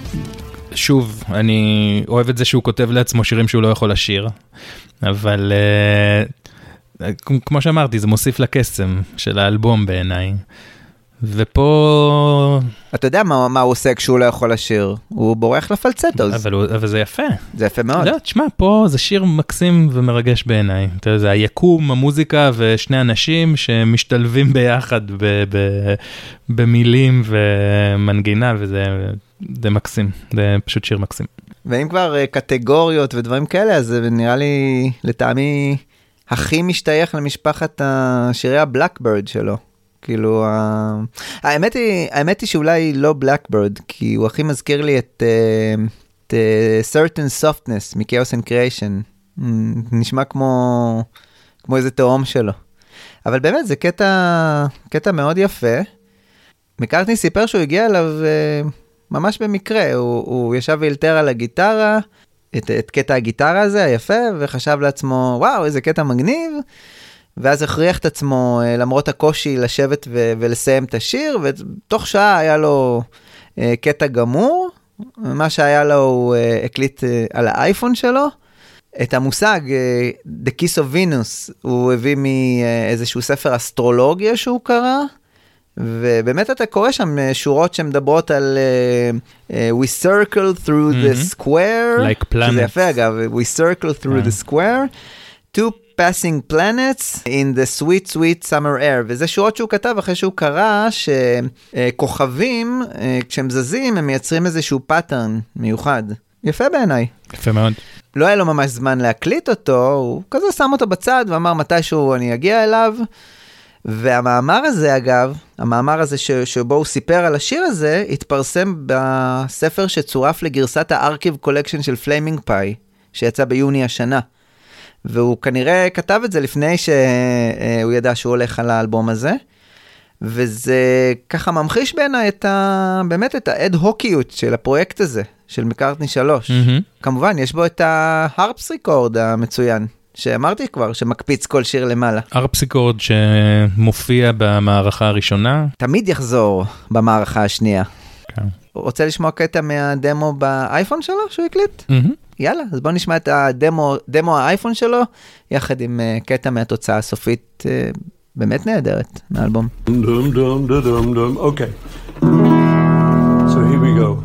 שוב, אני אוהב את זה שהוא כותב לעצמו שירים שהוא לא יכול לשיר, אבל כמו שאמרתי, זה מוסיף לקסם של האלבום בעיניי. ופה... אתה יודע מה, מה הוא עושה כשהוא לא יכול לשיר? הוא בורח לפלצטו. אבל, הוא, אבל זה יפה. זה יפה מאוד. לא, תשמע, פה זה שיר מקסים ומרגש בעיניי. אתה יודע, זה היקום, המוזיקה ושני אנשים שמשתלבים ביחד ב, ב, במילים ומנגינה, וזה זה מקסים. זה פשוט שיר מקסים. ואם כבר קטגוריות ודברים כאלה, אז זה נראה לי, לטעמי, הכי משתייך למשפחת השירי הבלאקברד שלו. כאילו, האמת היא, האמת היא שאולי לא בלאקברד, כי הוא הכי מזכיר לי את, את Certain Softness מ-Chaos and Creation. נשמע כמו, כמו איזה תאום שלו. אבל באמת, זה קטע, קטע מאוד יפה. מקארטני סיפר שהוא הגיע אליו ממש במקרה. הוא, הוא ישב וילתר על הגיטרה, את, את קטע הגיטרה הזה, היפה, וחשב לעצמו, וואו, איזה קטע מגניב. ואז הכריח את עצמו, למרות הקושי, לשבת ו- ולסיים את השיר, ותוך שעה היה לו uh, קטע גמור, מה שהיה לו הוא uh, הקליט uh, על האייפון שלו, את המושג, uh, The Kiss of Venus, הוא הביא מאיזשהו ספר אסטרולוגיה שהוא קרא, ובאמת אתה קורא שם שורות שמדברות על uh, uh, We circle through mm-hmm. the square, like planets. שזה יפה אגב, We circle through yeah. the square, to passing planets in the sweet sweet summer air, וזה שורות שהוא כתב אחרי שהוא קרא שכוכבים, כשהם זזים, הם מייצרים איזשהו פאטרן מיוחד. יפה בעיניי. יפה מאוד. לא היה לו ממש זמן להקליט אותו, הוא כזה שם אותו בצד ואמר מתישהו אני אגיע אליו, והמאמר הזה אגב, המאמר הזה ש, שבו הוא סיפר על השיר הזה, התפרסם בספר שצורף לגרסת הארכיב קולקשן של פליימינג פאי, שיצא ביוני השנה. והוא כנראה כתב את זה לפני שהוא ידע שהוא הולך על האלבום הזה, וזה ככה ממחיש בעיניי את ה... באמת את האד-הוקיות של הפרויקט הזה, של מקארטני שלוש. Mm-hmm. כמובן, יש בו את ההרפסיקורד המצוין, שאמרתי כבר, שמקפיץ כל שיר למעלה. הרפסיקורד שמופיע במערכה הראשונה. תמיד יחזור במערכה השנייה. כן. רוצה לשמוע קטע מהדמו באייפון שלו שהוא הקליט? Mm-hmm. יאללה, אז בוא נשמע את הדמו, דמו האייפון שלו, יחד עם uh, קטע מהתוצאה הסופית, uh, באמת נהדרת, מהאלבום. Dum, dum, dum, dum, dum. Okay. So here we go.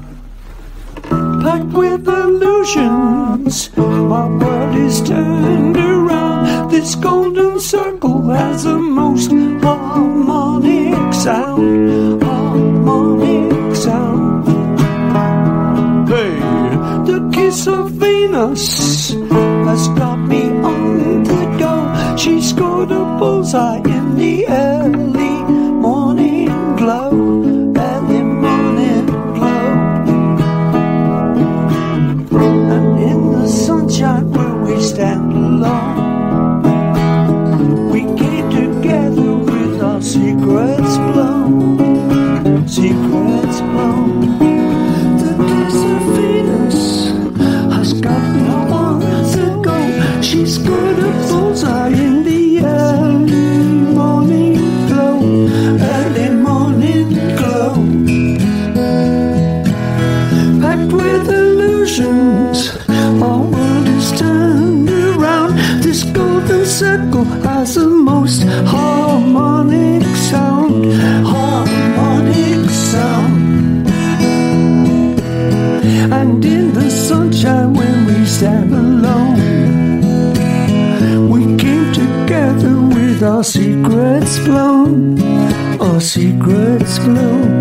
Packed with illusions, my world is turned around. This golden circle has the most harmonic sound, harmonic sound. Hey, the kiss of Venus has got me on the go. She scored a bullseye in the early morning glow, early morning glow. And in the sunshine where we stand alone, we came together with our secrets blown, secrets blown. The kiss of Venus has got me on the go. She scored a bullseye in the early morning glow, early morning glow. Packed with illusions, our world is turned around. This golden circle has the most harmonic sound, harmonic sound. And in the sunshine when we stand alone, we came together with our secrets blown, our secrets blown.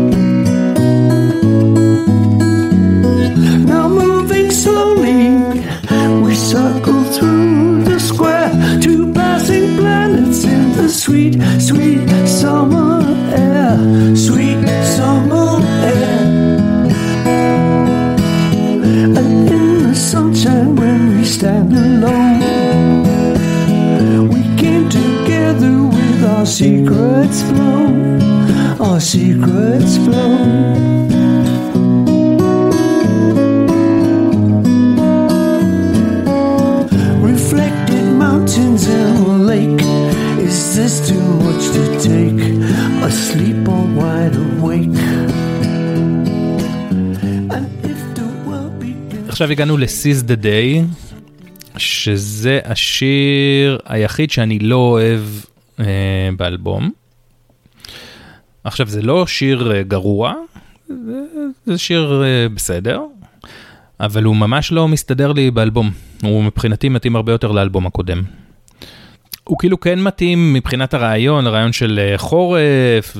Now moving slowly, we circle through the square, two passing planets in the sweet, sweet summer air, sweet summer air. And in the sunshine when we stand alone, we came together with our secrets blown, our secrets blown. Reflected mountains in a lake, is this too much to take? Asleep or wide awake? עכשיו הגענו ל-Seize the Day, שזה השיר היחיד שאני לא אוהב אה, באלבום. עכשיו, זה לא שיר גרוע, זה, זה שיר בסדר, אבל הוא ממש לא מסתדר לי באלבום. הוא מבחינתי מתאים הרבה יותר לאלבום הקודם. הוא כאילו כן מתאים מבחינת הרעיון, הרעיון של חורף,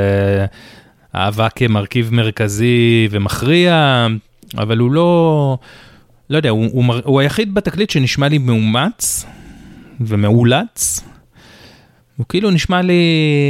ואהבה כמרכיב מרכזי ומכריע, אבל הוא לא, לא יודע, הוא, הוא, הוא היחיד בתקליט שנשמע לי מאומץ ומאולץ. הוא כאילו נשמע לי,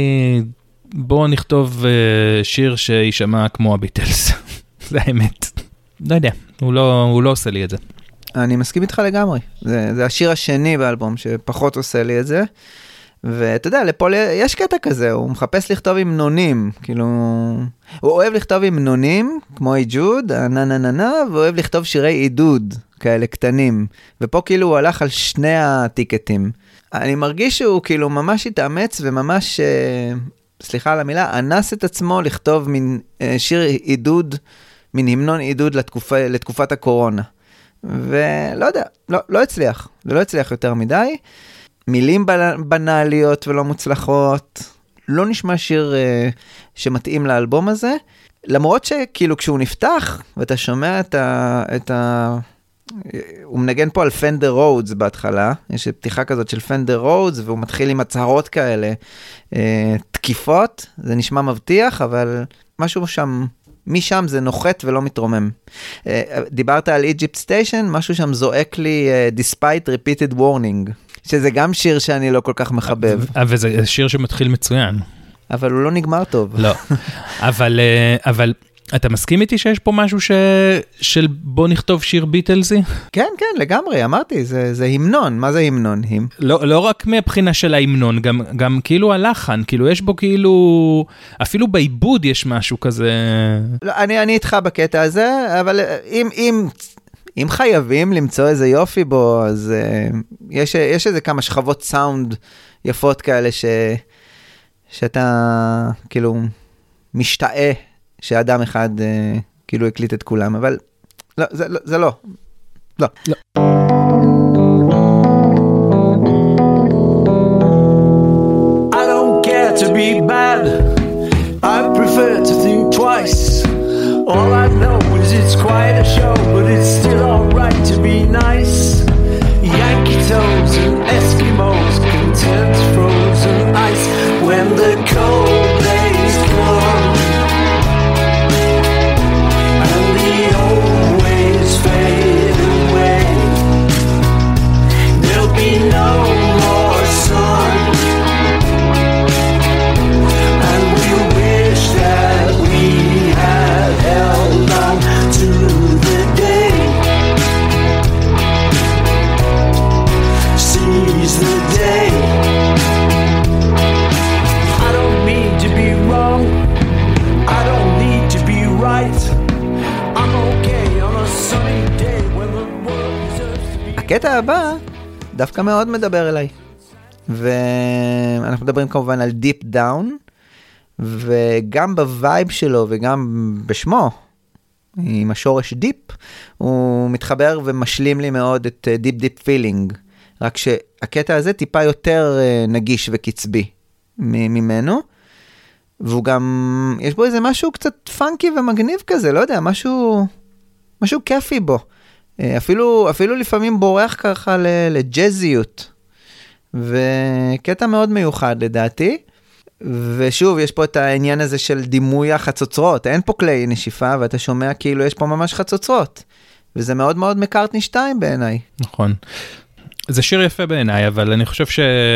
בוא נכתוב שיר שישמע כמו הביטלס. זה האמת. לא יודע, הוא לא, הוא לא עושה לי את זה. אני מסכים איתך לגמרי. זה, זה השיר השני באלבום שפחות עושה לי את זה. ואתה יודע, לפול יש קטע כזה, הוא מחפש לכתוב עם נונים, כאילו, הוא אוהב לכתוב עם נונים, כמו עידוד, נה נה נה נה, ואוהב לכתוב שירי עידוד, כאלה קטנים. ופה כאילו הוא הלך על שני הטיקטים. אני מרגיש שהוא כאילו ממש התאמץ וממש, סליחה על המילה, אנס את עצמו לכתוב מין שיר עידוד, מין המנון עידוד לתקופה, לתקופת הקורונה. ולא יודע, לא, לא הצליח, זה לא הצליח יותר מדי. מילים בנאליות ולא מוצלחות, לא נשמע שיר uh, שמתאים לאלבום הזה, למרות שכאילו כשהוא נפתח, ואתה שומע את ה... את ה... הוא מנגן פה על פנדר רודס בהתחלה, יש פתיחה כזאת של פנדר רודס, והוא מתחיל עם הצהרות כאלה, uh, תקיפות, זה נשמע מבטיח, אבל משהו שם, משם זה נוחת ולא מתרומם. Uh, דיברת על Egypt Station, משהו שם זועק לי, uh, Despite Repeated Warning, שזה גם שיר שאני לא כל כך מחבב. אבל זה שיר שמתחיל מצוין. אבל הוא לא נגמר טוב. לא. אבל, אבל אתה מסכים איתי שיש פה משהו ש... של בוא נכתוב שיר ביטלסי? כן, כן, לגמרי, אמרתי, זה, זה המנון. מה זה המנון? לא, לא רק מבחינה של ההמנון, גם, גם כאילו הלחן, כאילו יש בו כאילו, אפילו בעיבוד יש משהו כזה. לא, אני, אני איתך בקטע הזה, אבל אם, אם, אם חייבים למצוא איזה יופי בו, אז uh, יש, יש איזה כמה שכבות סאונד יפות כאלה ש, שאתה כאילו משתאה שאדם אחד uh, כאילו הקליט את כולם, אבל לא, זה, זה לא. לא. לא. I don't care to be bad. I prefer to think twice. All I know is it's quite a show, but it's still alright to be nice. Yankee toes and Eskimos, content frozen ice. When the cold days come and the old ways fade away, there'll be no more sun, and we wish that we had held on to the day, seize the day. I don't mean to be wrong, I don't need to be right. I'm okay on a sunny day when the world deserves to be. הקטע הבא דווקא מאוד מדבר אליי. ואנחנו מדברים כמובן על Deep Down, וגם בווייב שלו וגם בשמו, עם השורש דיפ, הוא מתחבר ומשלים לי מאוד את דיפ דיפ פילינג, רק שהקטע הזה טיפה יותר נגיש וקצבי ממנו, והוא גם, יש בו איזה משהו קצת פאנקי ומגניב כזה, לא יודע, משהו, משהו כיפי בו, אפילו, אפילו לפעמים בורח ככה לג'זיות, וקטע מאוד מיוחד לדעתי, ושוב, יש פה את העניין הזה של דימוי החצוצרות, אין פה כלי נשיפה, ואתה שומע כאילו יש פה ממש חצוצרות, וזה מאוד מאוד מקארטני שתיים בעיניי. נכון. זה שיר יפה בעיניי, אבל אני חושב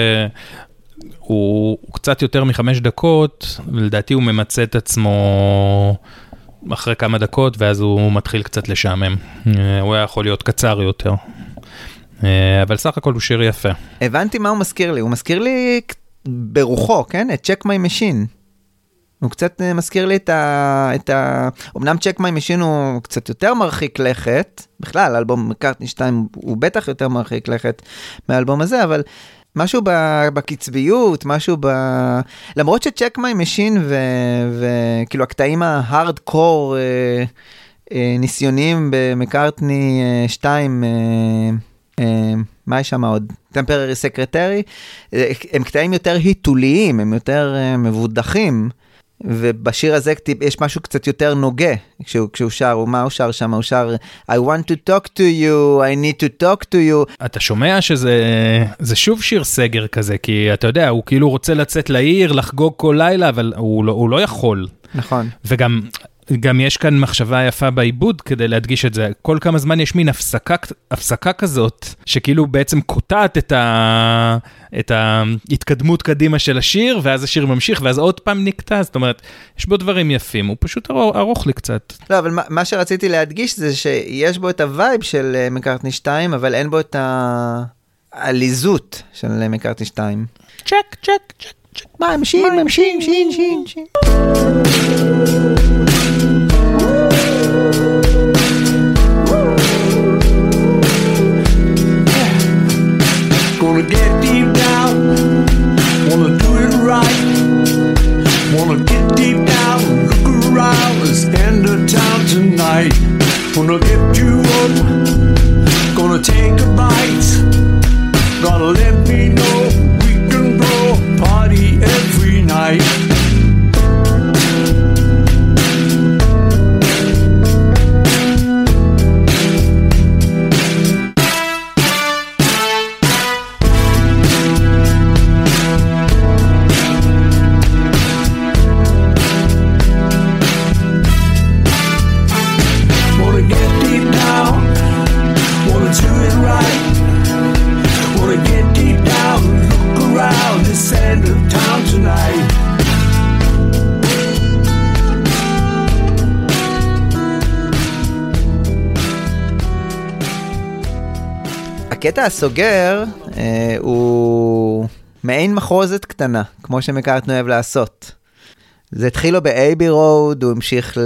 שהוא קצת יותר מחמש דקות, ולדעתי הוא ממצא את עצמו אחרי כמה דקות, ואז הוא מתחיל קצת לשעמם. הוא היה יכול להיות קצר יותר. אבל סך הכל הוא שיר יפה. הבנתי מה הוא מזכיר לי, הוא מזכיר לי ברוחו, כן? את Check My Machine. הוא קצת מזכיר לי את ה... את ה... אמנם Check My Machine הוא קצת יותר מרחיק לכת, בכלל, אלבום מקארטני שתיים הוא בטח יותר מרחיק לכת מהאלבום הזה, אבל משהו בקצביות, משהו ב... למרות ש-Check My Machine וכאילו הקטעים ההארד-קור ניסיוניים במקארטני שתיים, מה יש שם עוד? טמפררי סקרטרי, הם קטעים יותר היתוליים, הם יותר מבודחים, ובשיר הזה יש משהו קצת יותר נוגה, כשהוא, כשהוא שר, ומה הוא שר שם? הוא שר, I want to talk to you, I need to talk to you. אתה שומע שזה זה שוב שיר סגר כזה, כי אתה יודע, הוא כאילו רוצה לצאת לעיר, לחגוג כל לילה, אבל הוא לא, הוא לא יכול. נכון. וגם... גם יש כאן מחשבה יפה בעיבוד כדי להדגיש את זה. כל כמה זמן יש מין הפסקה, הפסקה כזאת, שכאילו בעצם קוטעת את, ה, את ההתקדמות קדימה של השיר, ואז השיר ממשיך, ואז עוד פעם נקטע. זאת אומרת, יש בו דברים יפים, הוא פשוט ארוך, ארוך לי קצת. לא, אבל מה, מה שרציתי להדגיש זה שיש בו את הווייב של מקארטני שתיים, אבל אין בו את העליזות של מקארטני שתיים. צ'ק, צ'ק, צ'ק. ממשים, ממשים, שין, שין, שין. Gonna get deep down, wanna do it right. Wanna get deep down, look around, let's end the town tonight. Wanna get you up, gonna take a bite. Gotta let me know we can blow a party every night. הקטע הסוגר אה, הוא מעין מחרוזת קטנה, כמו שמקארטני אוהב לעשות. זה התחיל לו ב-אייבי רוד, הוא המשיך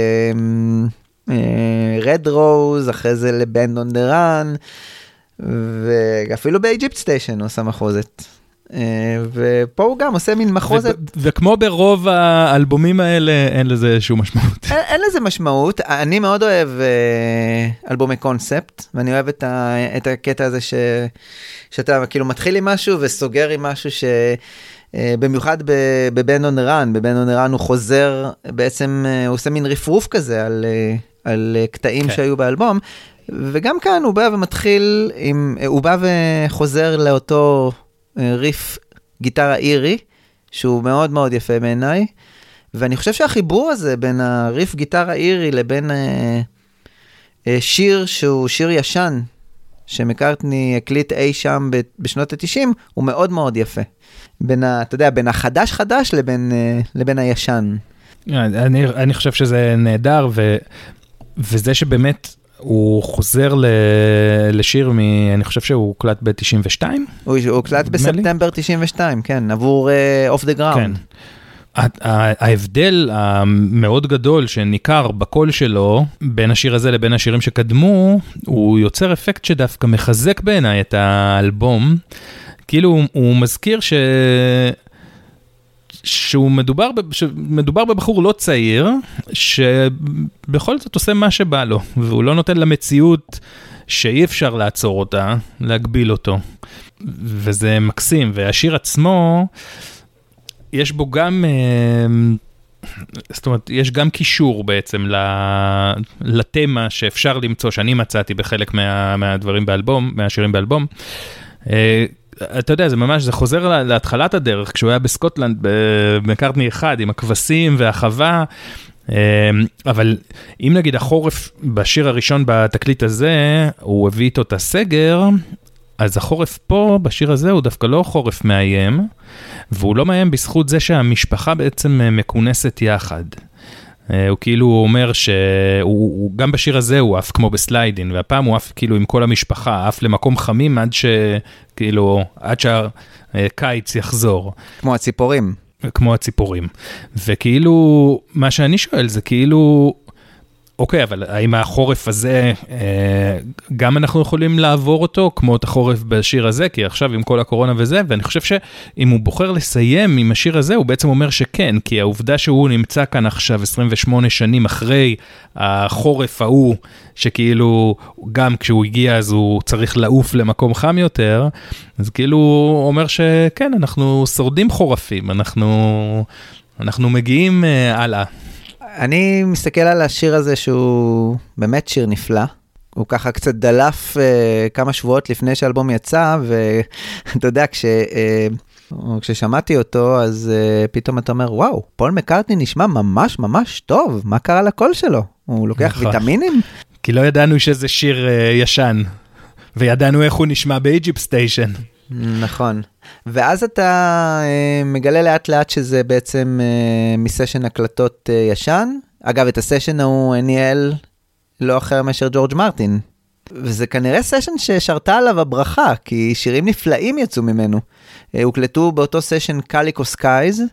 ל-Red Rose, אחרי זה ל-Band on the Run, ואפילו ב-Egypt Station הוא עושה מחרוזת. ופה הוא גם עושה מין מחרוזת. וכמו ברוב האלבומים האלה, אין לזה שום משמעות. אין לזה משמעות. אני מאוד אוהב אלבומי קונספט, ואני אוהב את הקטע הזה שאתה כאילו מתחיל עם משהו וסוגר עם משהו שבמיוחד בבן און רן, בבן און רן הוא חוזר, בעצם הוא עושה מין רפרוף כזה על קטעים שהיו באלבום, וגם כאן הוא בא ומתחיל, הוא בא וחוזר לאותו ריף גיטרה אירי, שהוא מאוד מאוד יפה בעיניי, ואני חושב שהחיבור הזה בין הריף גיטרה אירי לבין אה, אה, שיר שהוא שיר ישן, שמקארטני הקליט אי שם ב- בשנות ה-תשעים, הוא מאוד מאוד יפה. בין ה, אתה יודע, בין החדש חדש לבין, אה, לבין הישן. אני, אני חושב שזה נהדר, ו, וזה שבאמת הוא חוזר ל... לשיר מ... אני חושב שהוא הוקלט ב-תשעים ושתיים? הוא הוקלט בספטמבר תשעים ושתיים, כן, עבור uh, Off the Ground. כן. ההבדל המאוד גדול שניכר בקול שלו, בין השיר הזה לבין השירים שקדמו, הוא יוצר אפקט שדווקא מחזק בעיניי את האלבום. כאילו הוא מזכיר ש... שהוא מדובר, מדובר בבחור לא צעיר, שבכל זאת עושה מה שבא לו, והוא לא נותן למציאות שאי אפשר לעצור אותה, להגביל אותו. וזה מקסים, והשיר עצמו, יש בו גם, זאת אומרת, יש גם קישור בעצם לתמה שאפשר למצוא, שאני מצאתי בחלק מה, מהדברים באלבום, מהשירים באלבום, אתה יודע, זה ממש, זה חוזר להתחלת הדרך, כשהוא היה בסקוטלנד, במקארטני אחד, עם הכבשים והחווה, אבל אם נגיד החורף בשיר הראשון בתקליט הזה, הוא הביא איתו את הסגר, אז החורף פה, בשיר הזה, הוא דווקא לא חורף מאיים, והוא לא מאיים בזכות זה שהמשפחה בעצם מכונסת יחד. הוא כאילו אומר שהוא, גם בשיר הזה הוא אף כמו בסליידין, והפעם הוא אף כאילו עם כל המשפחה, אף למקום חמים עד שכאילו, עד שהקיץ יחזור. כמו הציפורים. כמו הציפורים. וכאילו, מה שאני שואל זה כאילו, אוקיי, אבל האם החורף הזה, גם אנחנו יכולים לעבור אותו, כמו את החורף בשיר הזה, כי עכשיו עם כל הקורונה וזה, ואני חושב שאם הוא בוחר לסיים עם השיר הזה, הוא בעצם אומר שכן, כי העובדה שהוא נמצא כאן עכשיו עשרים ושמונה שנים אחרי החורף ההוא, שכאילו גם כשהוא הגיע אז הוא צריך לעוף למקום חם יותר, אז כאילו הוא אומר שכן, אנחנו שורדים חורפים, אנחנו... אנחנו מגיעים uh, הלאה. אני מסתכל על השיר הזה שהוא באמת שיר נפלא. הוא ככה קצת דלף uh, כמה שבועות לפני שהאלבום יצא, ואתה יודע, כש, uh, כששמעתי אותו, אז uh, פתאום אתה אומר, וואו, פול מקרטני נשמע ממש ממש טוב, מה קרה לקול שלו? הוא לוקח נכון. ויטמינים? כי לא ידענו שזה שיר uh, ישן, וידענו איך הוא נשמע באיג'יפט סטיישן. נכון. ואז אתה uh, מגלה לאט לאט שזה בעצם uh, מסשן הקלטות uh, ישן. אגב, את הסשן הוא ניהל לא אחר מאשר ג'ורג' מרטין. וזה כנראה סשן ששרתה עליו הברכה, כי שירים נפלאים יצאו ממנו. Uh, הוקלטו באותו סשן קליקו סקייז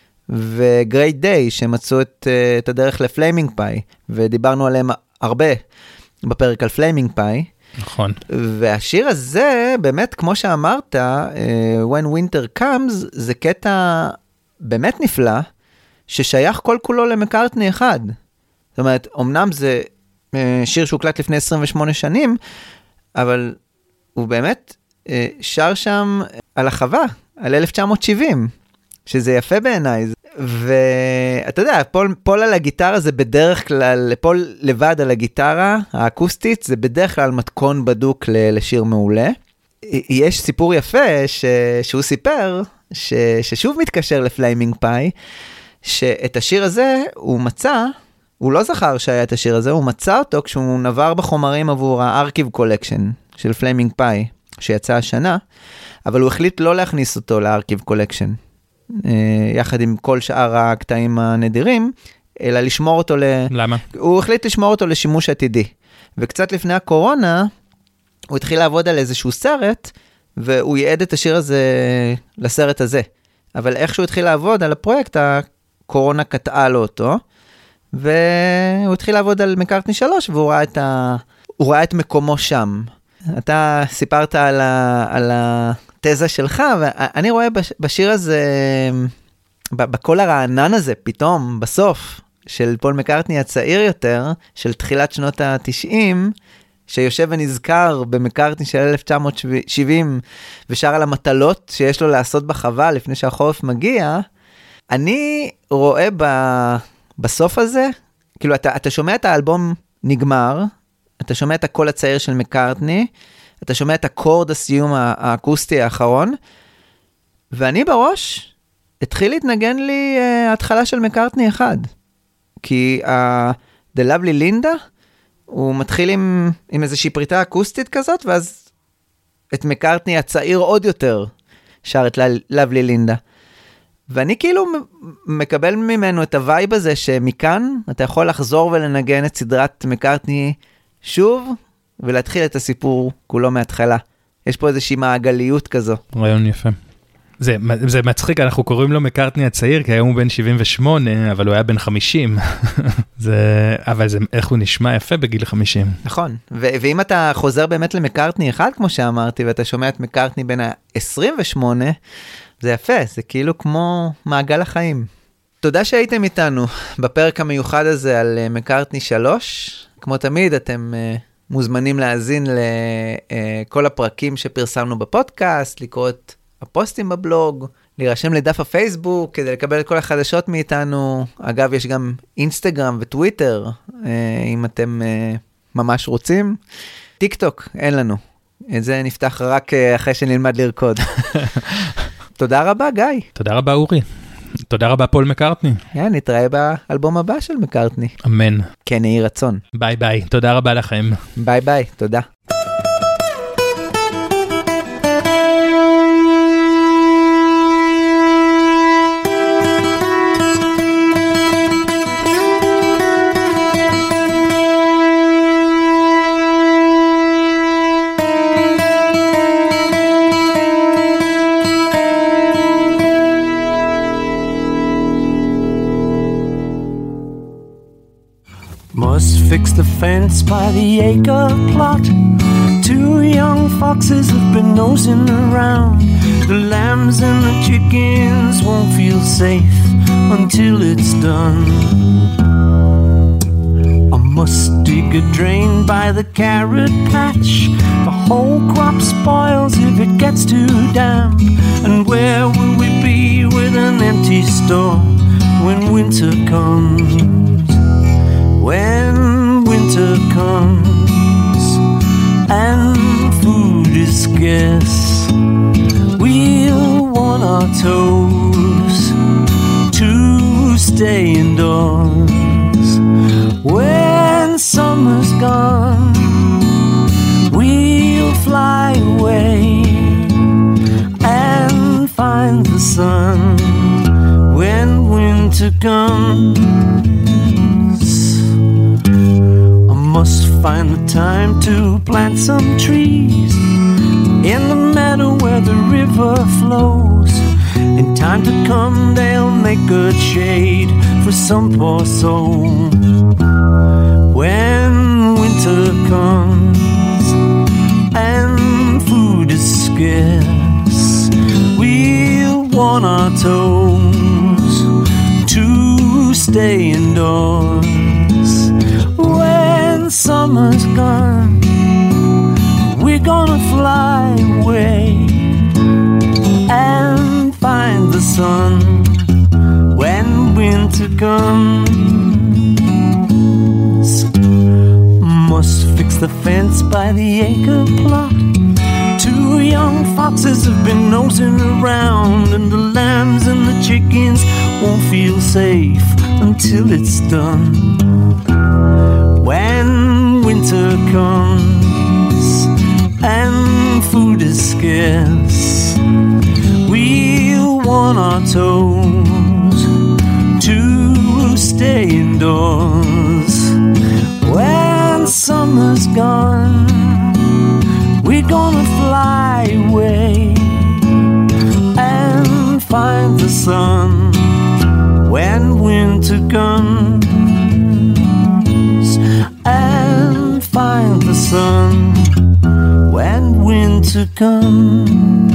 וגרייט דיי, שמצאו את, uh, את הדרך לפליימינג פאי, ודיברנו עליהם הרבה בפרק על פליימינג פאי. נכון. והשיר הזה, באמת, כמו שאמרת, uh, When Winter Comes, זה קטע באמת נפלא, ששייך כל כולו למקארטני אחד. זאת אומרת, אמנם זה uh, שיר שהוקלט לפני עשרים ושמונה שנים, אבל הוא באמת uh, שר שם על החווה, על אלף תשע מאות שבעים, שזה יפה בעיניי. ואתה יודע, פול, פול על הגיטרה זה בדרך כלל, פול לבד על הגיטרה האקוסטית, זה בדרך כלל מתכון בדוק לשיר מעולה. יש סיפור יפה ש, שהוא סיפר, ש, ששוב מתקשר לפליימינג פאי, שאת השיר הזה הוא מצא, הוא לא זכר שהיה את השיר הזה, הוא מצא אותו כשהוא נבר בחומרים עבור הארכיב קולקשן של פליימינג פאי, שיצא השנה, אבל הוא החליט לא להכניס אותו לארכיב קולקשן. יחד עם כל שאר הקטעים הנדירים, אלא לשמור אותו ל... למה? הוא החליט לשמור אותו לשימוש עתידי. וקצת לפני הקורונה, הוא התחיל לעבוד על איזשהו סרט, והוא ייעד את השיר הזה לסרט הזה. אבל איך שהוא התחיל לעבוד על הפרויקט, הקורונה קטעה לו אותו, והוא התחיל לעבוד על מקארטני שלוש, והוא ראה את, ה... הוא ראה את מקומו שם. אתה סיפרת על ה... על ה... תזה שלך, ואני רואה בשיר הזה, בכל הרענן הזה, פתאום, בסוף, של פול מקארטני הצעיר יותר, של תחילת שנות ה-תשעים, שיושב ונזכר במקארטני של אלף תשע מאות שבעים, ושר על המטלות שיש לו לעשות בחווה לפני שהחורף מגיע, אני רואה ב, בסוף הזה, כאילו אתה, אתה שומע את האלבום נגמר, אתה שומע את הקול הצעיר של מקארטני, אתה שומע את הקורד הסיום האקוסטי האחרון, ואני בראש התחיל להתנגן לי uh, התחלה של מקארטני אחד. כי uh, The Lovely Linda, הוא מתחיל עם, עם איזושהי פריטה אקוסטית כזאת, ואז את מקארטני הצעיר עוד יותר שר את Lovely Linda. ואני כאילו מקבל ממנו את הווייב הזה, שמכאן אתה יכול לחזור ולנגן את סדרת מקארטני שוב, ולהתחיל את הסיפור כולו מההתחלה. יש פה איזושהי מעגליות כזו. רעיון יפה. זה, זה מצחיק, אנחנו קוראים לו מקארטני הצעיר, כי היום הוא בן שבעים ושמונה, אבל הוא היה בן חמישים. זה, אבל זה, איך הוא נשמע יפה בגיל חמישים. נכון. ו- ואם אתה חוזר באמת למקארטני אחד, כמו שאמרתי, ואתה שומע את מקארטני בין ה-עשרים ושמונה, זה יפה, זה כאילו כמו מעגל החיים. תודה שהייתם איתנו בפרק המיוחד הזה על מקארטני שלוש. כמו תמיד, אתם מוזמנים להאזין לכל הפרקים שפרסמנו בפודקאסט, לקרוא את הפוסטים בבלוג, להירשם לדף הפייסבוק כדי לקבל את כל החדשות מאיתנו. אגב, יש גם אינסטגרם וטוויטר, אם אתם ממש רוצים. טיק טוק, אין לנו. את זה נפתח רק אחרי שנלמד לרקוד. תודה רבה, גיא. תודה רבה, אורי. תודה רבה, פול מקארטני. כן, נתראה באלבום הבא של מקארטני. אמן. כן, יהי רצון. ביי ביי, תודה רבה לכם. ביי ביי, תודה. Must fix the fence by the acre plot. Two young foxes have been nosing around. The lambs and the chickens won't feel safe until it's done. I must dig a drain by the carrot patch. The whole crop spoils if it gets too damp. And where will we be with an empty store when winter comes, when winter comes, and food is scarce, we'll want our toes to stay indoors. When summer's gone, we'll fly away and find the sun when winter comes. I must find the time to plant some trees in the meadow where the river flows. In time to come they'll make good shade for some poor soul. When winter comes and food is scarce, we'll want our toes to stay indoors. When summer's gone, we're gonna fly away and find the sun when winter comes. Must fix the fence by the acre plot. Two young foxes have been nosing around, and the lambs and the chickens won't feel safe until it's done. When winter comes and food is scarce, we'll want our toes to stay indoors. When summer's gone, we're gonna fly away and find the sun when winter comes, and find the sun when winter comes.